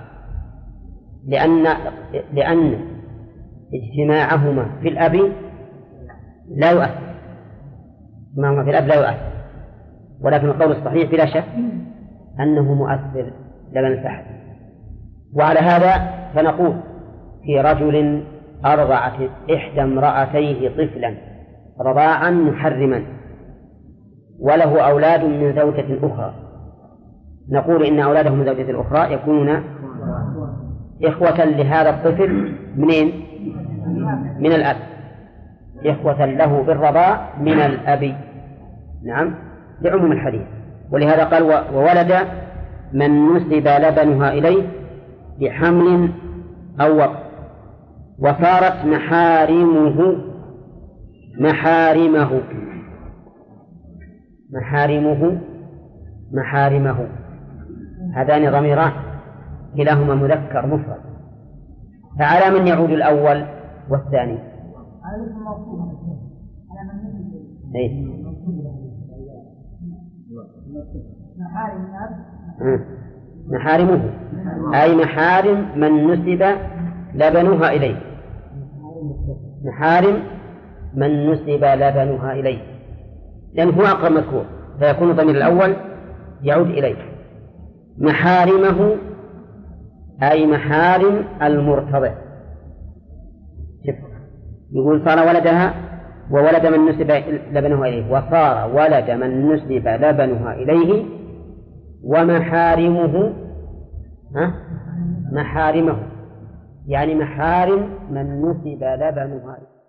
لأن اجتماعهما في الأب لا يؤثر، اجتماعهما في الأب لا يؤثر، ولكن القول الصحيح بلا شك أنه مؤثر لبن الفحل. وعلى هذا فنقول في رجل أرضعت إحدى امرأتيه طفلا رضاعا محرما وله أولاد من زوجة أخرى، نقول إن أولاده من زوجة الأخرى يكونون إخوة لهذا الطفل منين؟ من الأب، إخوة له بالرضاع من الأب، نعم، لعموم الحديث. ولهذا قال وولد من نسب لبنها إليه بحمل أو وقت وصارت محارمه هذان ضميران كلاهما مذكر مفرد، فعلى من يعود الأول والثاني؟ محارمه أي محارم من نسب لبنها إليه، محارم من نسب لبنها إليه، لأنه هو أقرب مذكور فيكون الضمير الأول يعود إليه. محارمه أي محارم المرتضع، يقول صار ولدها وولد من نسب لبنها إليه، وصار ولد من نسب لبنها إليه ومحارمه محارمه يعني محارم من نسب لبنها إليه.